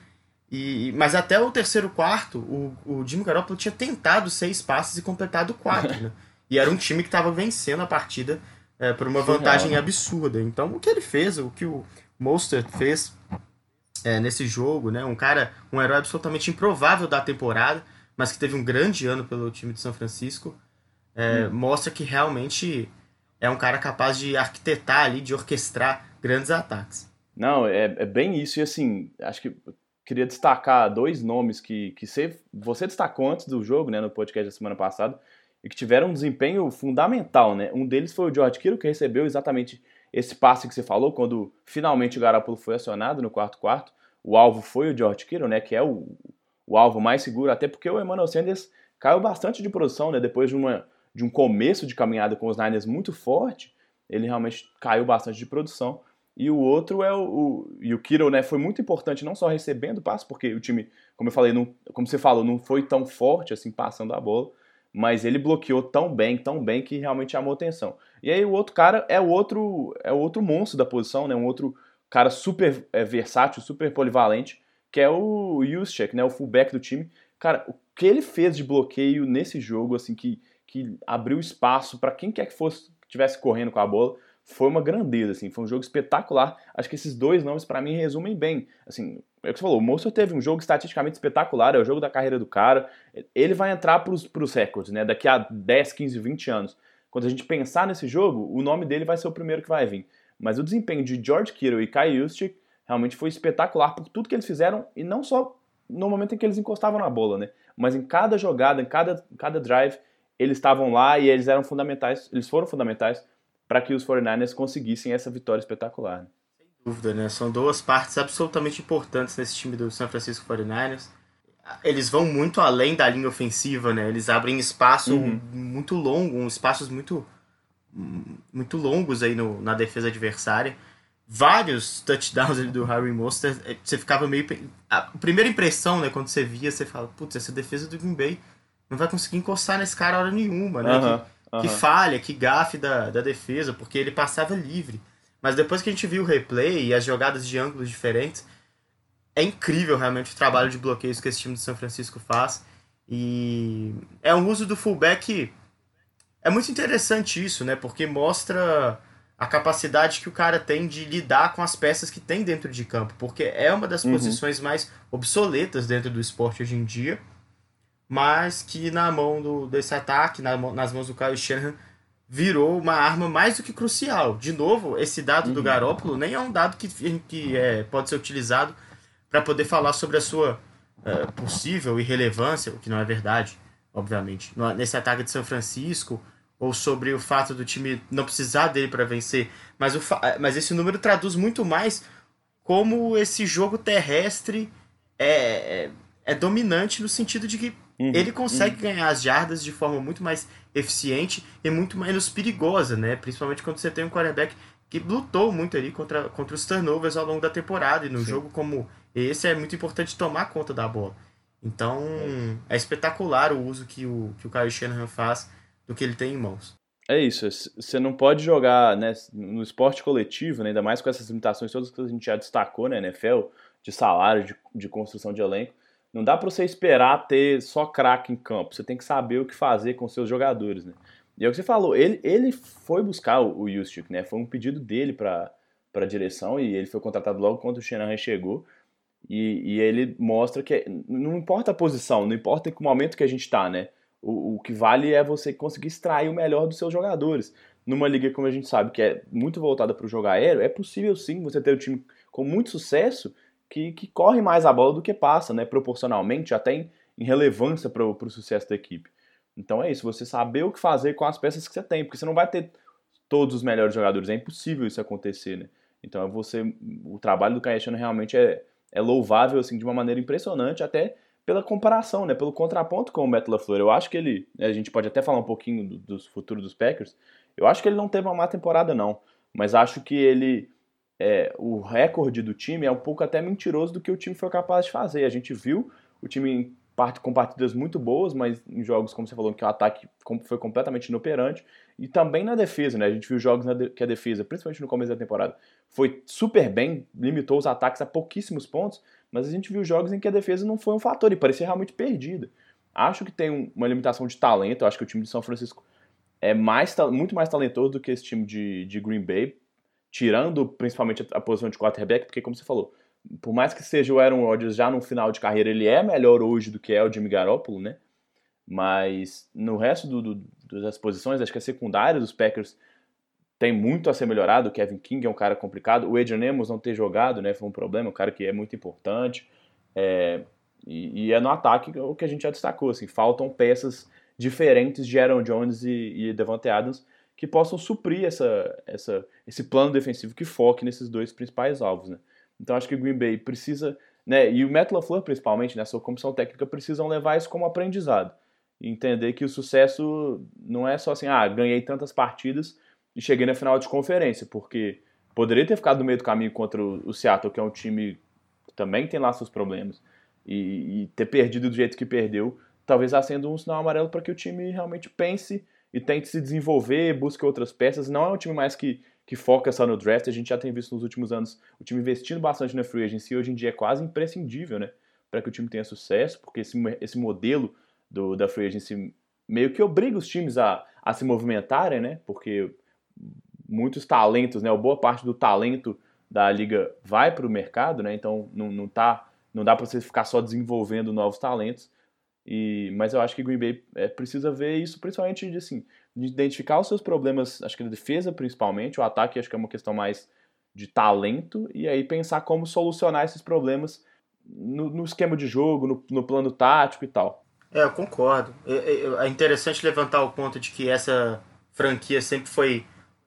E, mas até o terceiro quarto, o, o Jimmy Garoppolo tinha tentado seis passes e completado quatro, né? E era um time que estava vencendo a partida é, por uma Surreal, vantagem né? absurda. Então, o que ele fez, o que o Mostert fez é, nesse jogo, né? Um cara, um herói absolutamente improvável da temporada, mas que teve um grande ano pelo time de São Francisco, é, hum. mostra que realmente é um cara capaz de arquitetar ali, de orquestrar grandes ataques. Não, é, é bem isso. E assim, acho que queria destacar dois nomes que, que você, você destacou antes do jogo, né, no podcast da semana passada, e que tiveram um desempenho fundamental, né? Um deles foi o George Kittle, que recebeu exatamente esse passe que você falou, quando finalmente o Garoppolo foi acionado no quarto quarto. O alvo foi o George Kittle, né, que é o, o alvo mais seguro, até porque o Emmanuel Sanders caiu bastante de produção, né, depois de, uma, de um começo de caminhada com os Niners muito forte, ele realmente caiu bastante de produção. E o outro é o, o, e o Kittle, né, foi muito importante não só recebendo o passe, porque o time, como eu falei, não, como você falou, não foi tão forte assim passando a bola, mas ele bloqueou tão bem, tão bem que realmente chamou atenção. E aí o outro cara é o outro, é o outro monstro da posição, né, um outro cara super é, versátil, super polivalente, que é o Juszczyk, né, o fullback do time. Cara, o que ele fez de bloqueio nesse jogo, assim, que, que abriu espaço para quem quer que fosse que estivesse correndo com a bola, foi uma grandeza, assim, foi um jogo espetacular. Acho que esses dois nomes, para mim, resumem bem. Assim, é o que você falou, o Mostert teve um jogo estatisticamente espetacular, é o jogo da carreira do cara. Ele vai entrar pros, pros recordes, né, daqui a dez, quinze, vinte anos. Quando a gente pensar nesse jogo, o nome dele vai ser o primeiro que vai vir. Mas o desempenho de George Kittle e Kyle Juszczyk realmente foi espetacular por tudo que eles fizeram, e não só no momento em que eles encostavam na bola, né, mas em cada jogada, em cada, cada drive, eles estavam lá e eles eram fundamentais, eles foram fundamentais para que os quarenta e nove ers conseguissem essa vitória espetacular. Né? Sem dúvida, né? São duas partes absolutamente importantes nesse time do San Francisco quarenta e nove ers. Eles vão muito além da linha ofensiva, né? Eles abrem espaço uhum. muito longo, espaços muito, muito longos aí no, na defesa adversária. Vários touchdowns ali do Harry Mostert. Você ficava meio... A primeira impressão, né? Quando você via, você fala, putz, essa defesa do Green Bay não vai conseguir encostar nesse cara hora nenhuma, né? Uhum. Que, Uhum. que falha, que gafe da, da defesa, porque ele passava livre. Mas depois que a gente viu o replay e as jogadas de ângulos diferentes, é incrível realmente o trabalho de bloqueios que esse time de São Francisco faz. E é um uso do fullback... É muito interessante isso, né? Porque mostra a capacidade que o cara tem de lidar com as peças que tem dentro de campo. Porque é uma das uhum. posições mais obsoletas dentro do esporte hoje em dia, mas que na mão do, desse ataque, na, nas mãos do Kyle Shanahan, virou uma arma mais do que crucial. De novo, esse dado uhum. do Garoppolo nem é um dado que, que é, pode ser utilizado para poder falar sobre a sua uh, possível irrelevância, o que não é verdade, obviamente, nesse ataque de São Francisco, ou sobre o fato do time não precisar dele para vencer. Mas, o fa- mas esse número traduz muito mais como esse jogo terrestre é, é, é dominante no sentido de que Uhum, ele consegue uhum. ganhar as jardas de forma muito mais eficiente e muito menos perigosa, né? Principalmente quando você tem um quarterback que lutou muito ali contra, contra os turnovers ao longo da temporada. E no Sim. jogo como esse é muito importante tomar conta da bola. Então é, é espetacular o uso que o, que o Kyle Shanahan faz do que ele tem em mãos. É isso, você não pode jogar, né, no esporte coletivo, né, ainda mais com essas limitações todas que a gente já destacou na N F L, de salário, de, de construção de elenco. Não dá para você esperar ter só craque em campo. Você tem que saber o que fazer com seus jogadores, né? E é o que você falou, ele, ele foi buscar o, o Juszczyk, né? Foi um pedido dele para a direção e ele foi contratado logo quando o Shanahan chegou. E, e ele mostra que não importa a posição, não importa em que momento que a gente está, né? O, o que vale é você conseguir extrair o melhor dos seus jogadores. Numa liga, como a gente sabe, que é muito voltada para o jogo aéreo, é possível sim você ter um time com muito sucesso que, que corre mais a bola do que passa, né? Proporcionalmente, até em, em relevância para o sucesso da equipe. Então é isso, você saber o que fazer com as peças que você tem, porque você não vai ter todos os melhores jogadores, é impossível isso acontecer, né? Então é você, o trabalho do Caetano realmente é, é louvável assim de uma maneira impressionante, até pela comparação, né? Pelo contraponto com o Matt LaFleur. Eu acho que ele, a gente pode até falar um pouquinho do, do futuro dos Packers. Eu acho que ele não teve uma má temporada não, mas acho que ele é, o recorde do time é um pouco até mentiroso do que o time foi capaz de fazer. A gente viu o time com partidas muito boas, mas em jogos, como você falou, que o ataque foi completamente inoperante, e também na defesa, né? A gente viu jogos que a defesa, principalmente no começo da temporada, foi super bem, limitou os ataques a pouquíssimos pontos, mas a gente viu jogos em que a defesa não foi um fator e parecia realmente perdida. Acho que tem uma limitação de talento, acho que o time de São Francisco é mais, muito mais talentoso do que esse time de, de Green Bay, tirando principalmente a posição de quarterback, porque como você falou, por mais que seja o Aaron Rodgers já no final de carreira, ele é melhor hoje do que é o Jimmy Garoppolo, né? Mas no resto do, do, das posições, acho que a secundária dos Packers tem muito a ser melhorado. O Kevin King é um cara complicado. O Adrian Amos não ter jogado, né, foi um problema, um cara que é muito importante. É, e, e é no ataque o que a gente já destacou. Assim, faltam peças diferentes de Aaron Jones e, e Davante Adams que possam suprir essa, essa, esse plano defensivo que foque nesses dois principais alvos, né? Então acho que o Green Bay precisa, né, e o Matt LaFleur principalmente, né, sua comissão técnica, precisam levar isso como aprendizado. E entender que o sucesso não é só assim, ah, ganhei tantas partidas e cheguei na final de conferência, porque poderia ter ficado no meio do caminho contra o Seattle, que é um time que também tem lá seus problemas, e, e ter perdido do jeito que perdeu, talvez acenda um sinal amarelo para que o time realmente pense e tente se desenvolver, busque outras peças. Não é um time mais que que foca só no draft. A gente já tem visto nos últimos anos o time investindo bastante na free agency, e hoje em dia é quase imprescindível, né, para que o time tenha sucesso, porque esse, esse modelo do, da free agency meio que obriga os times a, a se movimentarem, né, porque muitos talentos, né, boa parte do talento da liga vai para o mercado, né, então não, não, tá, não dá para você ficar só desenvolvendo novos talentos. E, mas eu acho que o Green Bay é, precisa ver isso, principalmente de, assim, de identificar os seus problemas, acho que na defesa principalmente, o ataque acho que é uma questão mais de talento, e aí pensar como solucionar esses problemas no, no esquema de jogo, no, no plano tático e tal. É, eu concordo. É, é interessante levantar o ponto de que essa franquia sempre foi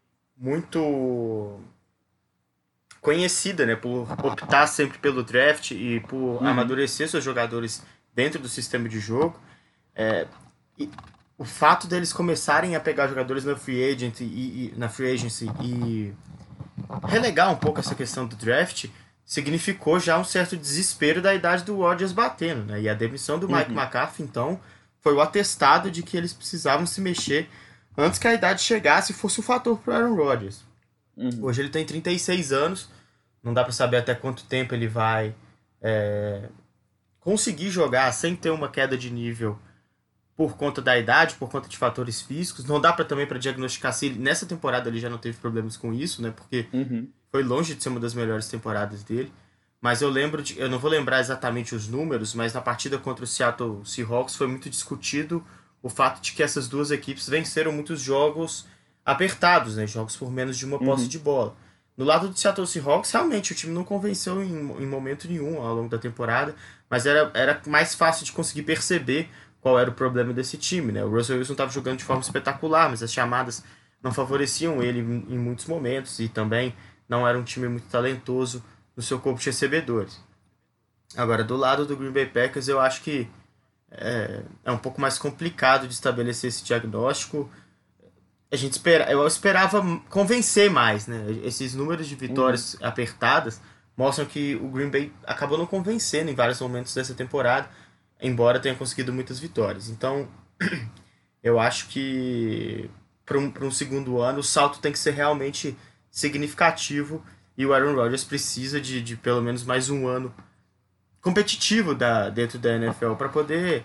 muito conhecida, né, por optar sempre pelo draft e por uhum. amadurecer seus jogadores dentro do sistema de jogo. É, e o fato deles começarem a pegar jogadores na free agent e, e na free agency e relegar um pouco essa questão do draft significou já um certo desespero da idade do Rodgers batendo, né? E a demissão do Mike uhum. McCarthy, então, foi o atestado de que eles precisavam se mexer antes que a idade chegasse e fosse um fator para Aaron Rodgers. Uhum. Hoje ele tem trinta e seis anos, não dá para saber até quanto tempo ele vai é, conseguir jogar sem ter uma queda de nível por conta da idade, por conta de fatores físicos. Não dá para também para diagnosticar se ele, nessa temporada ele já não teve problemas com isso, né? Porque uhum. foi longe de ser uma das melhores temporadas dele. Mas eu lembro de, eu não vou lembrar exatamente os números, mas na partida contra o Seattle Seahawks foi muito discutido o fato de que essas duas equipes venceram muitos jogos apertados, né? Jogos por menos de uma posse uhum. de bola. No lado do Seattle Seahawks, realmente o time não convenceu em, em momento nenhum ao longo da temporada, mas era, era mais fácil de conseguir perceber qual era o problema desse time, né? O Russell Wilson estava jogando de forma espetacular, mas as chamadas não favoreciam ele em, em muitos momentos, e também não era um time muito talentoso no seu corpo de recebedores. Agora, do lado do Green Bay Packers, eu acho que é, é um pouco mais complicado de estabelecer esse diagnóstico. A gente espera, eu esperava convencer mais, né? Esses números de vitórias uhum. apertadas mostram que o Green Bay acabou não convencendo em vários momentos dessa temporada, embora tenha conseguido muitas vitórias. Então, eu acho que para um, para um segundo ano o salto tem que ser realmente significativo e o Aaron Rodgers precisa de, de pelo menos mais um ano competitivo da, dentro da N F L para poder...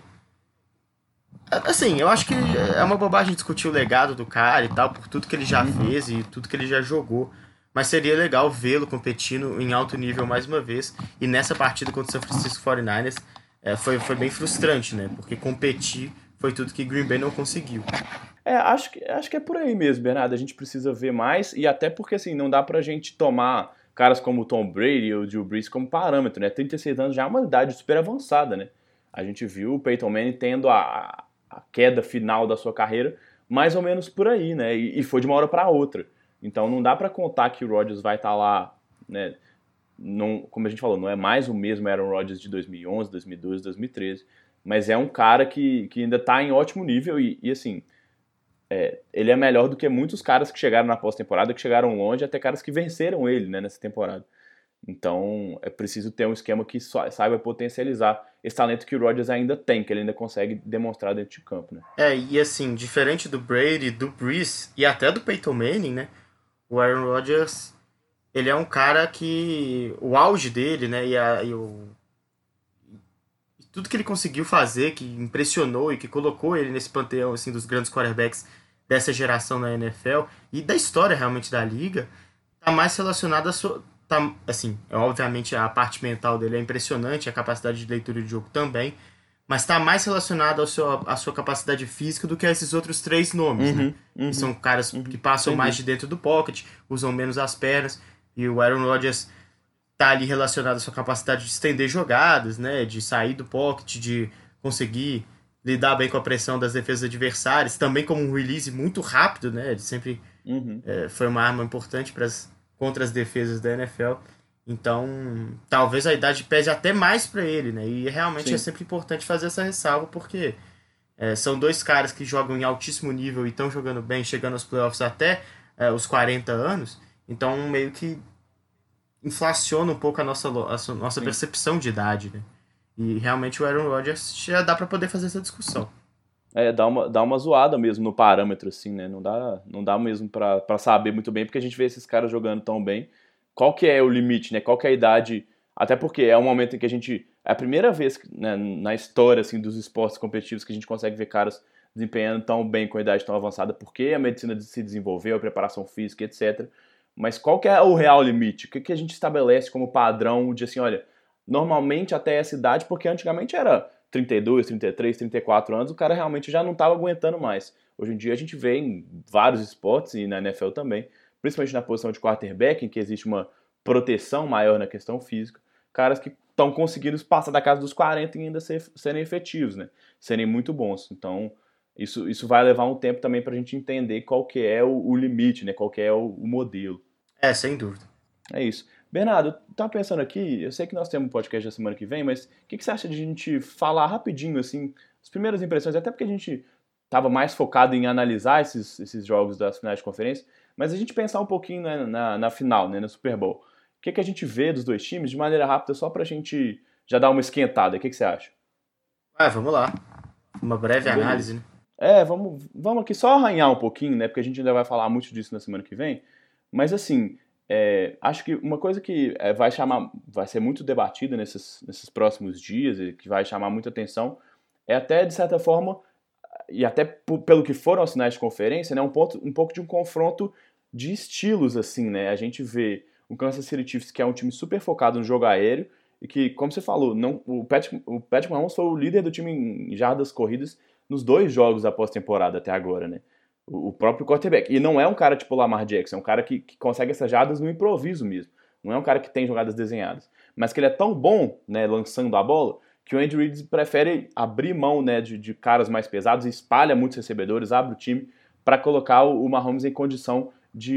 Assim, eu acho que é uma bobagem discutir o legado do cara e tal, por tudo que ele já Uhum. fez e tudo que ele já jogou. Mas seria legal vê-lo competindo em alto nível mais uma vez. E nessa partida contra o San Francisco quarenta e nove ers é, foi, foi bem frustrante, né? Porque competir foi tudo que Green Bay não conseguiu. É, acho que, acho que é por aí mesmo, Bernardo. A gente precisa ver mais, e até porque assim, não dá pra gente tomar caras como o Tom Brady ou o Drew Brees como parâmetro, né? trinta e seis anos já é uma idade super avançada, né? A gente viu o Peyton Manning tendo a, a queda final da sua carreira mais ou menos por aí, né? E, e foi de uma hora para outra. Então não dá pra contar que o Rodgers vai estar lá, né? Não, como a gente falou, não é mais o mesmo Aaron Rodgers de dois mil e onze, dois mil e doze, dois mil e treze, mas é um cara que, que ainda tá em ótimo nível e, e assim, é, ele é melhor do que muitos caras que chegaram na pós-temporada, que chegaram longe, até caras que venceram ele, né, nessa temporada. Então é preciso ter um esquema que saiba potencializar esse talento que o Rodgers ainda tem, que ele ainda consegue demonstrar dentro de campo, né? É, e assim, diferente do Brady, do Brees e até do Peyton Manning, né? O Aaron Rodgers, ele é um cara que o auge dele, né, e, a, e o, tudo que ele conseguiu fazer, que impressionou e que colocou ele nesse panteão assim, dos grandes quarterbacks dessa geração na N F L e da história realmente da liga, tá mais relacionado a sua. Tá, assim, é, obviamente a parte mental dele é impressionante, a capacidade de leitura de jogo também, mas está mais relacionado ao seu, à sua capacidade física do que a esses outros três nomes, né? Uhum, Que são uhum, caras que uhum, passam sem mais de dúvida. dentro do pocket, usam menos as pernas, e o Aaron Rodgers tá ali relacionado à sua capacidade de estender jogadas, né, de sair do pocket, de conseguir lidar bem com a pressão das defesas adversárias, também como um release muito rápido, né, ele sempre Uhum, é, foi uma arma importante pras, contra as defesas da N F L. Então, talvez a idade pese até mais para ele, né? E realmente é sim. sempre importante fazer essa ressalva, porque é, são dois caras que jogam em altíssimo nível e estão jogando bem, chegando aos playoffs até é, os quarenta anos. Então, meio que inflaciona um pouco a nossa, a nossa Sim. percepção de idade, né? E realmente o Aaron Rodgers já dá para poder fazer essa discussão. É, dá uma, dá uma zoada mesmo no parâmetro, assim, né? Não dá, não dá mesmo pra, pra saber muito bem, porque a gente vê esses caras jogando tão bem. Qual que é o limite, né? Qual que é a idade? Até porque é um momento em que a gente... É a primeira vez, né, na história, assim, dos esportes competitivos que a gente consegue ver caras desempenhando tão bem com a idade tão avançada, porque a medicina se desenvolveu, a preparação física, etcétera. Mas qual que é o real limite? O que, que a gente estabelece como padrão de, assim, olha, normalmente até essa idade, porque antigamente era trinta e dois, trinta e três, trinta e quatro anos, o cara realmente já não estava aguentando mais. Hoje em dia a gente vê em vários esportes e na N F L também, principalmente na posição de quarterback, em que existe uma proteção maior na questão física, caras que estão conseguindo passar da casa dos quarenta e ainda ser, serem efetivos, né? Serem muito bons. Então, isso, isso vai levar um tempo também para a gente entender qual que é o, o limite, né? Qual que é o, o modelo. É, sem dúvida. É isso. Bernardo, eu tava pensando aqui, eu sei que nós temos um podcast na semana que vem, mas o que, que você acha de a gente falar rapidinho, assim, as primeiras impressões, até porque a gente tava mais focado em analisar esses, esses jogos das finais de conferência, mas a gente pensar um pouquinho na, na, na final, né, na Super Bowl. O que, que a gente vê dos dois times de maneira rápida, só pra gente já dar uma esquentada. O que, que você acha? Ah, vamos lá. Uma breve Então, análise, beleza. né? É, vamos, vamos aqui só arranhar um pouquinho, né? Porque a gente ainda vai falar muito disso na semana que vem. Mas assim, é, acho que uma coisa que é, vai chamar, vai ser muito debatida nesses, nesses próximos dias e que vai chamar muita atenção é até, de certa forma, e até pelo que foram os sinais de conferência, né? Um, ponto, um pouco de um confronto de estilos, assim, né? A gente vê o Kansas City Chiefs, que é um time super focado no jogo aéreo, e que, como você falou, não, o, Patrick, o Patrick Mahomes foi o líder do time em jardas corridas nos dois jogos da pós-temporada até agora, né? O, o próprio quarterback. E não é um cara tipo Lamar Jackson, é um cara que, que consegue essas jardas no improviso mesmo. Não é um cara que tem jogadas desenhadas. Mas que ele é tão bom, né, lançando a bola, que o Andy Reid prefere abrir mão, né, de, de caras mais pesados, espalha muitos recebedores, abre o time para colocar o, o Mahomes em condição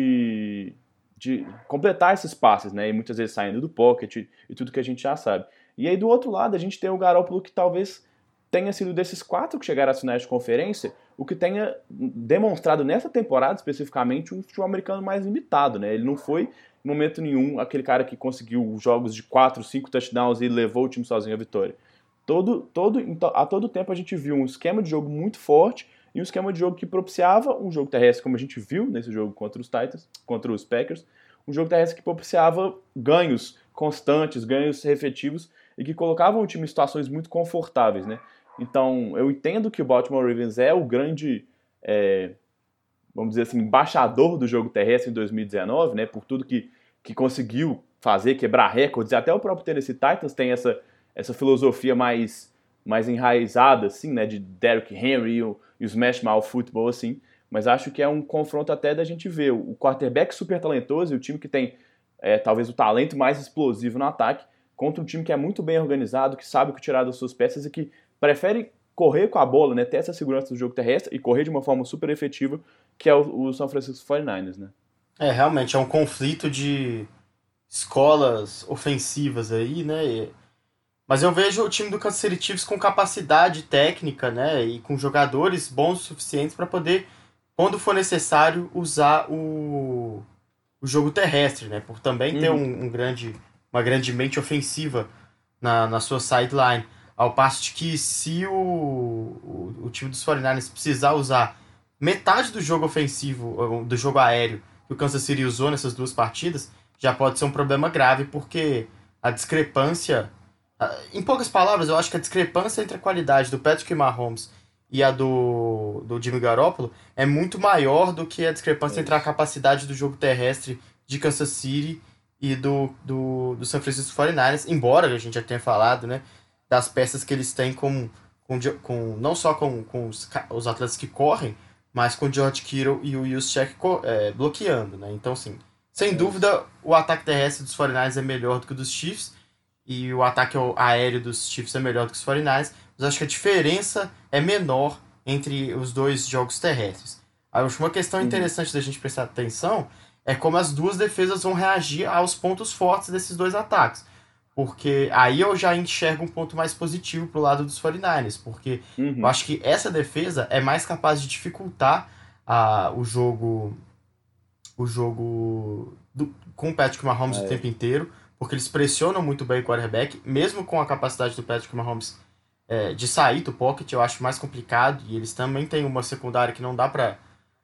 de, de completar esses passes, né, e muitas vezes saindo do pocket e, e tudo que a gente já sabe. E aí do outro lado a gente tem o Garoppolo, que talvez tenha sido desses quatro que chegaram às finais de conferência, o que tenha demonstrado nessa temporada especificamente um futebol americano mais limitado, né? Ele não foi em momento nenhum aquele cara que conseguiu jogos de quatro, cinco touchdowns e levou o time sozinho à vitória. Todo, todo, a todo tempo a gente viu um esquema de jogo muito forte e um esquema de jogo que propiciava um jogo terrestre, como a gente viu nesse jogo contra os Titans, contra os Packers, um jogo terrestre que propiciava ganhos constantes, ganhos efetivos e que colocavam o time em situações muito confortáveis, né? Então, eu entendo que o Baltimore Ravens é o grande, é, vamos dizer assim, embaixador do jogo terrestre em dois mil e dezenove, né? Por tudo que, que conseguiu fazer, quebrar recordes. E até o próprio Tennessee Titans tem essa, essa filosofia mais, mais enraizada, assim, né? De Derrick Henry e o, e o Smash Mouth Football, assim. Mas acho que é um confronto até da gente ver o quarterback super talentoso e o time que tem é, talvez o talento mais explosivo no ataque contra um time que é muito bem organizado, que sabe o que tirar das suas peças e que prefere correr com a bola, né, ter essa segurança do jogo terrestre e correr de uma forma super efetiva, que é o, o San Francisco quarenta e nove ers, né? É, realmente, é um conflito de escolas ofensivas aí, né? E- Mas eu vejo o time do Kansas City Chiefs com capacidade técnica, né? E com jogadores bons o suficientes para poder, quando for necessário, usar o, o jogo terrestre, né? Por também ter Uhum. um, um grande, uma grande mente ofensiva na, na sua sideline. Ao passo de que se o, o, o time dos quarenta e nove ers precisar usar metade do jogo ofensivo, do jogo aéreo que o Kansas City usou nessas duas partidas, já pode ser um problema grave, porque a discrepância... Em poucas palavras, eu acho que a discrepância entre a qualidade do Patrick Mahomes e a do, do Jimmy Garoppolo é muito maior do que a discrepância É entre a isso. capacidade do jogo terrestre de Kansas City e do, do, do San Francisco quarenta e nove ers, embora a gente já tenha falado, né, das peças que eles têm com, com, com não só com, com os, os atletas que correm, mas com o George Kittle e o Juszczyk é, bloqueando, né? Então, assim, sem É isso. dúvida, o ataque terrestre dos quarenta e nove ers é melhor do que o dos Chiefs, e o ataque aéreo dos Chiefs é melhor do que os quarenta e nove ers, mas acho que a diferença é menor entre os dois jogos terrestres. Acho uma questão Uhum. interessante da gente prestar atenção é como as duas defesas vão reagir aos pontos fortes desses dois ataques. Porque aí eu já enxergo um ponto mais positivo pro lado dos quarenta e nove ers, porque eu Uhum. acho que essa defesa é mais capaz de dificultar ah, o jogo o jogo do, com o Patrick Mahomes Ah, o é. tempo inteiro, porque eles pressionam muito bem o quarterback, mesmo com a capacidade do Patrick Mahomes é, de sair do pocket, eu acho mais complicado, e eles também têm uma secundária que não dá pra,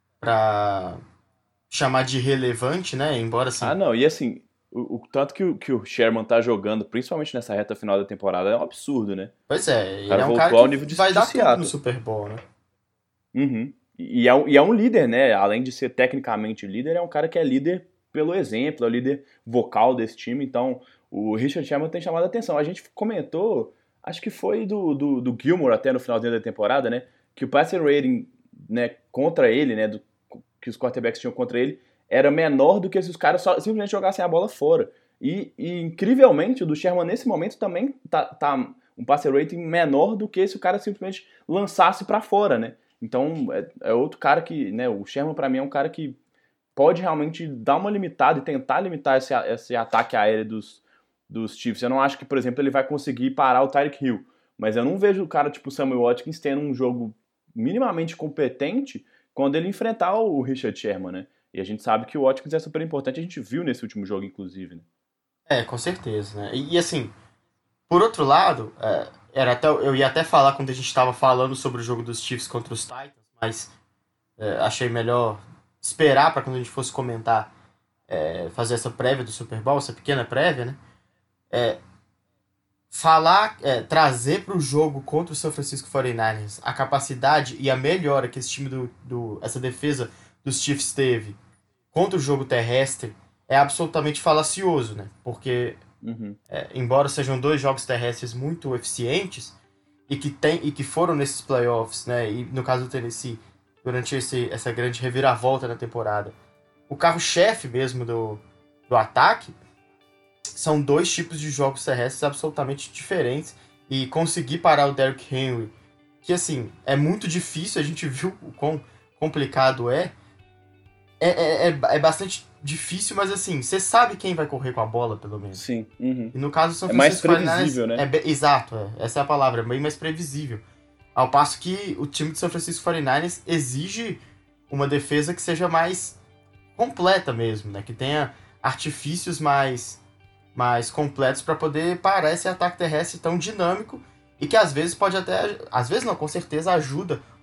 pra chamar de relevante, né? Embora Ah, assim. não, e assim, o, o tanto que o, que o Sherman tá jogando, principalmente nessa reta final da temporada, é um absurdo, né? Pois é, O ele cara é um cara voltou que ao nível de, vai de dar tudo no Seattle. Super Bowl, né? Uhum. E, é um, e é um líder, né? Além de ser tecnicamente líder, é um cara que é líder pelo exemplo, é o líder vocal desse time. Então, o Richard Sherman tem chamado a atenção. A gente comentou, acho que foi do, do, do Gilmore até no finalzinho da temporada, né? Que o passer rating, né, contra ele, né? Do, que os quarterbacks tinham contra ele, era menor do que se os caras só, simplesmente jogassem a bola fora. E, e incrivelmente, o do Sherman nesse momento também tá, tá um passer rating menor do que se o cara simplesmente lançasse para fora, né? Então, é, é outro cara que, né, o Sherman pra mim é um cara que pode realmente dar uma limitada e tentar limitar esse, esse ataque aéreo dos, dos Chiefs. Eu não acho que, por exemplo, ele vai conseguir parar o Tyreek Hill, mas eu não vejo o cara tipo Samuel Watkins tendo um jogo minimamente competente quando ele enfrentar o Richard Sherman, né? E a gente sabe que o Watkins é super importante, a gente viu nesse último jogo, inclusive, né? É, com certeza, né? E, e assim, por outro lado, é, era até, eu ia até falar quando a gente estava falando sobre o jogo dos Chiefs contra os Titans, mas é, achei melhor esperar para quando a gente fosse comentar, é, fazer essa prévia do Super Bowl, essa pequena prévia, né? Falar, é, trazer para o jogo contra o San Francisco quarenta e nove ers a capacidade e a melhora que esse time do, do essa defesa dos Chiefs teve contra o jogo terrestre é absolutamente falacioso, né? Porque Uhum. é, embora sejam dois jogos terrestres muito eficientes e que tem e que foram nesses playoffs, né? E no caso do Tennessee durante esse, essa grande reviravolta na temporada, o carro-chefe mesmo do, do ataque são dois tipos de jogos terrestres absolutamente diferentes e conseguir parar o Derrick Henry, que assim, é muito difícil, a gente viu o quão complicado é, é, é, é, é bastante difícil, mas assim, você sabe quem vai correr com a bola, pelo menos. Sim. Uhum. E no caso do São É mais Francisco quarenta e nove ers, previsível, né? é bem, exato, é, essa é a palavra, é bem mais previsível. Ao passo que o time do São Francisco quarenta e nove ers exige uma defesa que seja mais completa mesmo, né? Que tenha artifícios mais mais completos para poder parar esse ataque terrestre tão dinâmico e que às vezes pode até, às vezes não, com certeza ajuda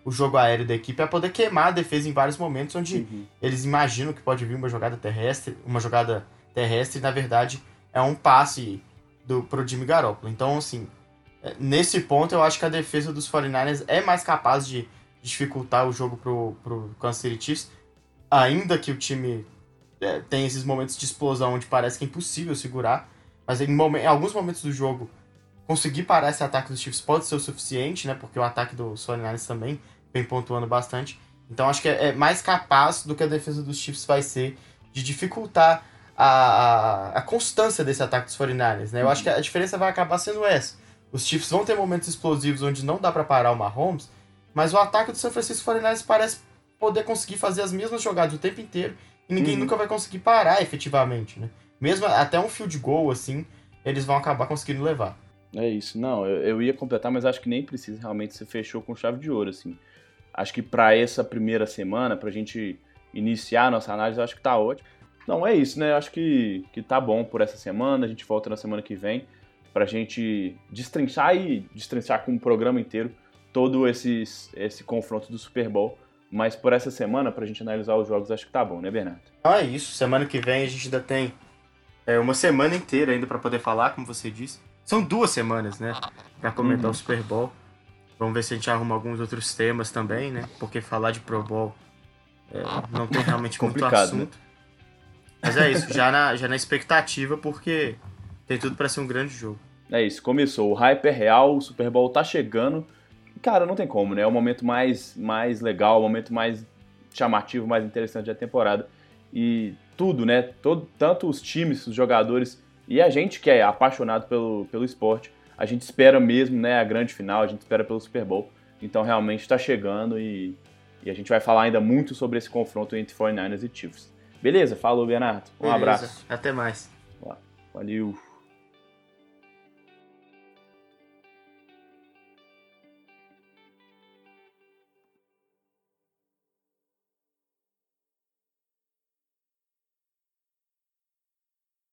o jogo aéreo da equipe, é poder queimar a defesa em vários momentos onde Uhum. eles imaginam que pode vir uma jogada terrestre, uma jogada terrestre, e na verdade é um passe do, pro Jimmy Garoppolo. Então, assim, nesse ponto eu acho que a defesa dos quarenta e nine ers é mais capaz de dificultar o jogo pro, pro Kansas City Chiefs, ainda que o time é, tem esses momentos de explosão onde parece que é impossível segurar, mas em, momen- em alguns momentos do jogo conseguir parar esse ataque dos Chiefs pode ser o suficiente, né? Porque o ataque dos quarenta e nine ers também vem pontuando bastante. Então acho que é, é mais capaz do que a defesa dos Chiefs vai ser de dificultar a, a, a constância desse ataque dos quarenta e nine ers, né? Eu acho que a diferença vai acabar sendo essa. Os Chiefs vão ter momentos explosivos onde não dá pra parar o Mahomes, mas o ataque do San Francisco quarenta e nine ers parece poder conseguir fazer as mesmas jogadas o tempo inteiro e ninguém Uhum. nunca vai conseguir parar efetivamente, né? Mesmo até um field goal, assim, eles vão acabar conseguindo levar. É isso. Não, eu, eu ia completar, mas acho que nem precisa, realmente você fechou com chave de ouro, assim. Acho que para essa primeira semana, pra gente iniciar a nossa análise, eu acho que tá ótimo. Não, é isso, né? Eu acho que, que tá bom por essa semana, a gente volta na semana que vem pra gente destrinchar e destrinchar com o programa inteiro todo esses, esse confronto do Super Bowl. Mas por essa semana, pra gente analisar os jogos, acho que tá bom, né, Bernardo? Então é isso. Semana que vem a gente ainda tem é, uma semana inteira ainda pra poder falar, como você disse. São duas semanas, né? Pra comentar Uhum. o Super Bowl. Vamos ver se a gente arruma alguns outros temas também, né? Porque falar de Pro Bowl é, não tem realmente muito Complicado, né? assunto. Mas é isso, já na, já na expectativa, porque tem tudo pra ser um grande jogo. É isso, começou. O hype é real, o Super Bowl tá chegando. Cara, não tem como, né? É o momento mais, mais legal, o momento mais chamativo, mais interessante da temporada. E tudo, né? Todo, tanto os times, os jogadores e a gente que é apaixonado pelo, pelo esporte, a gente espera mesmo, né? A grande final, a gente espera pelo Super Bowl. Então realmente está chegando e, e a gente vai falar ainda muito sobre esse confronto entre quarenta e nine ers e Chiefs. Beleza? Falou, Bernardo. Um Beleza, abraço. até mais. Valeu.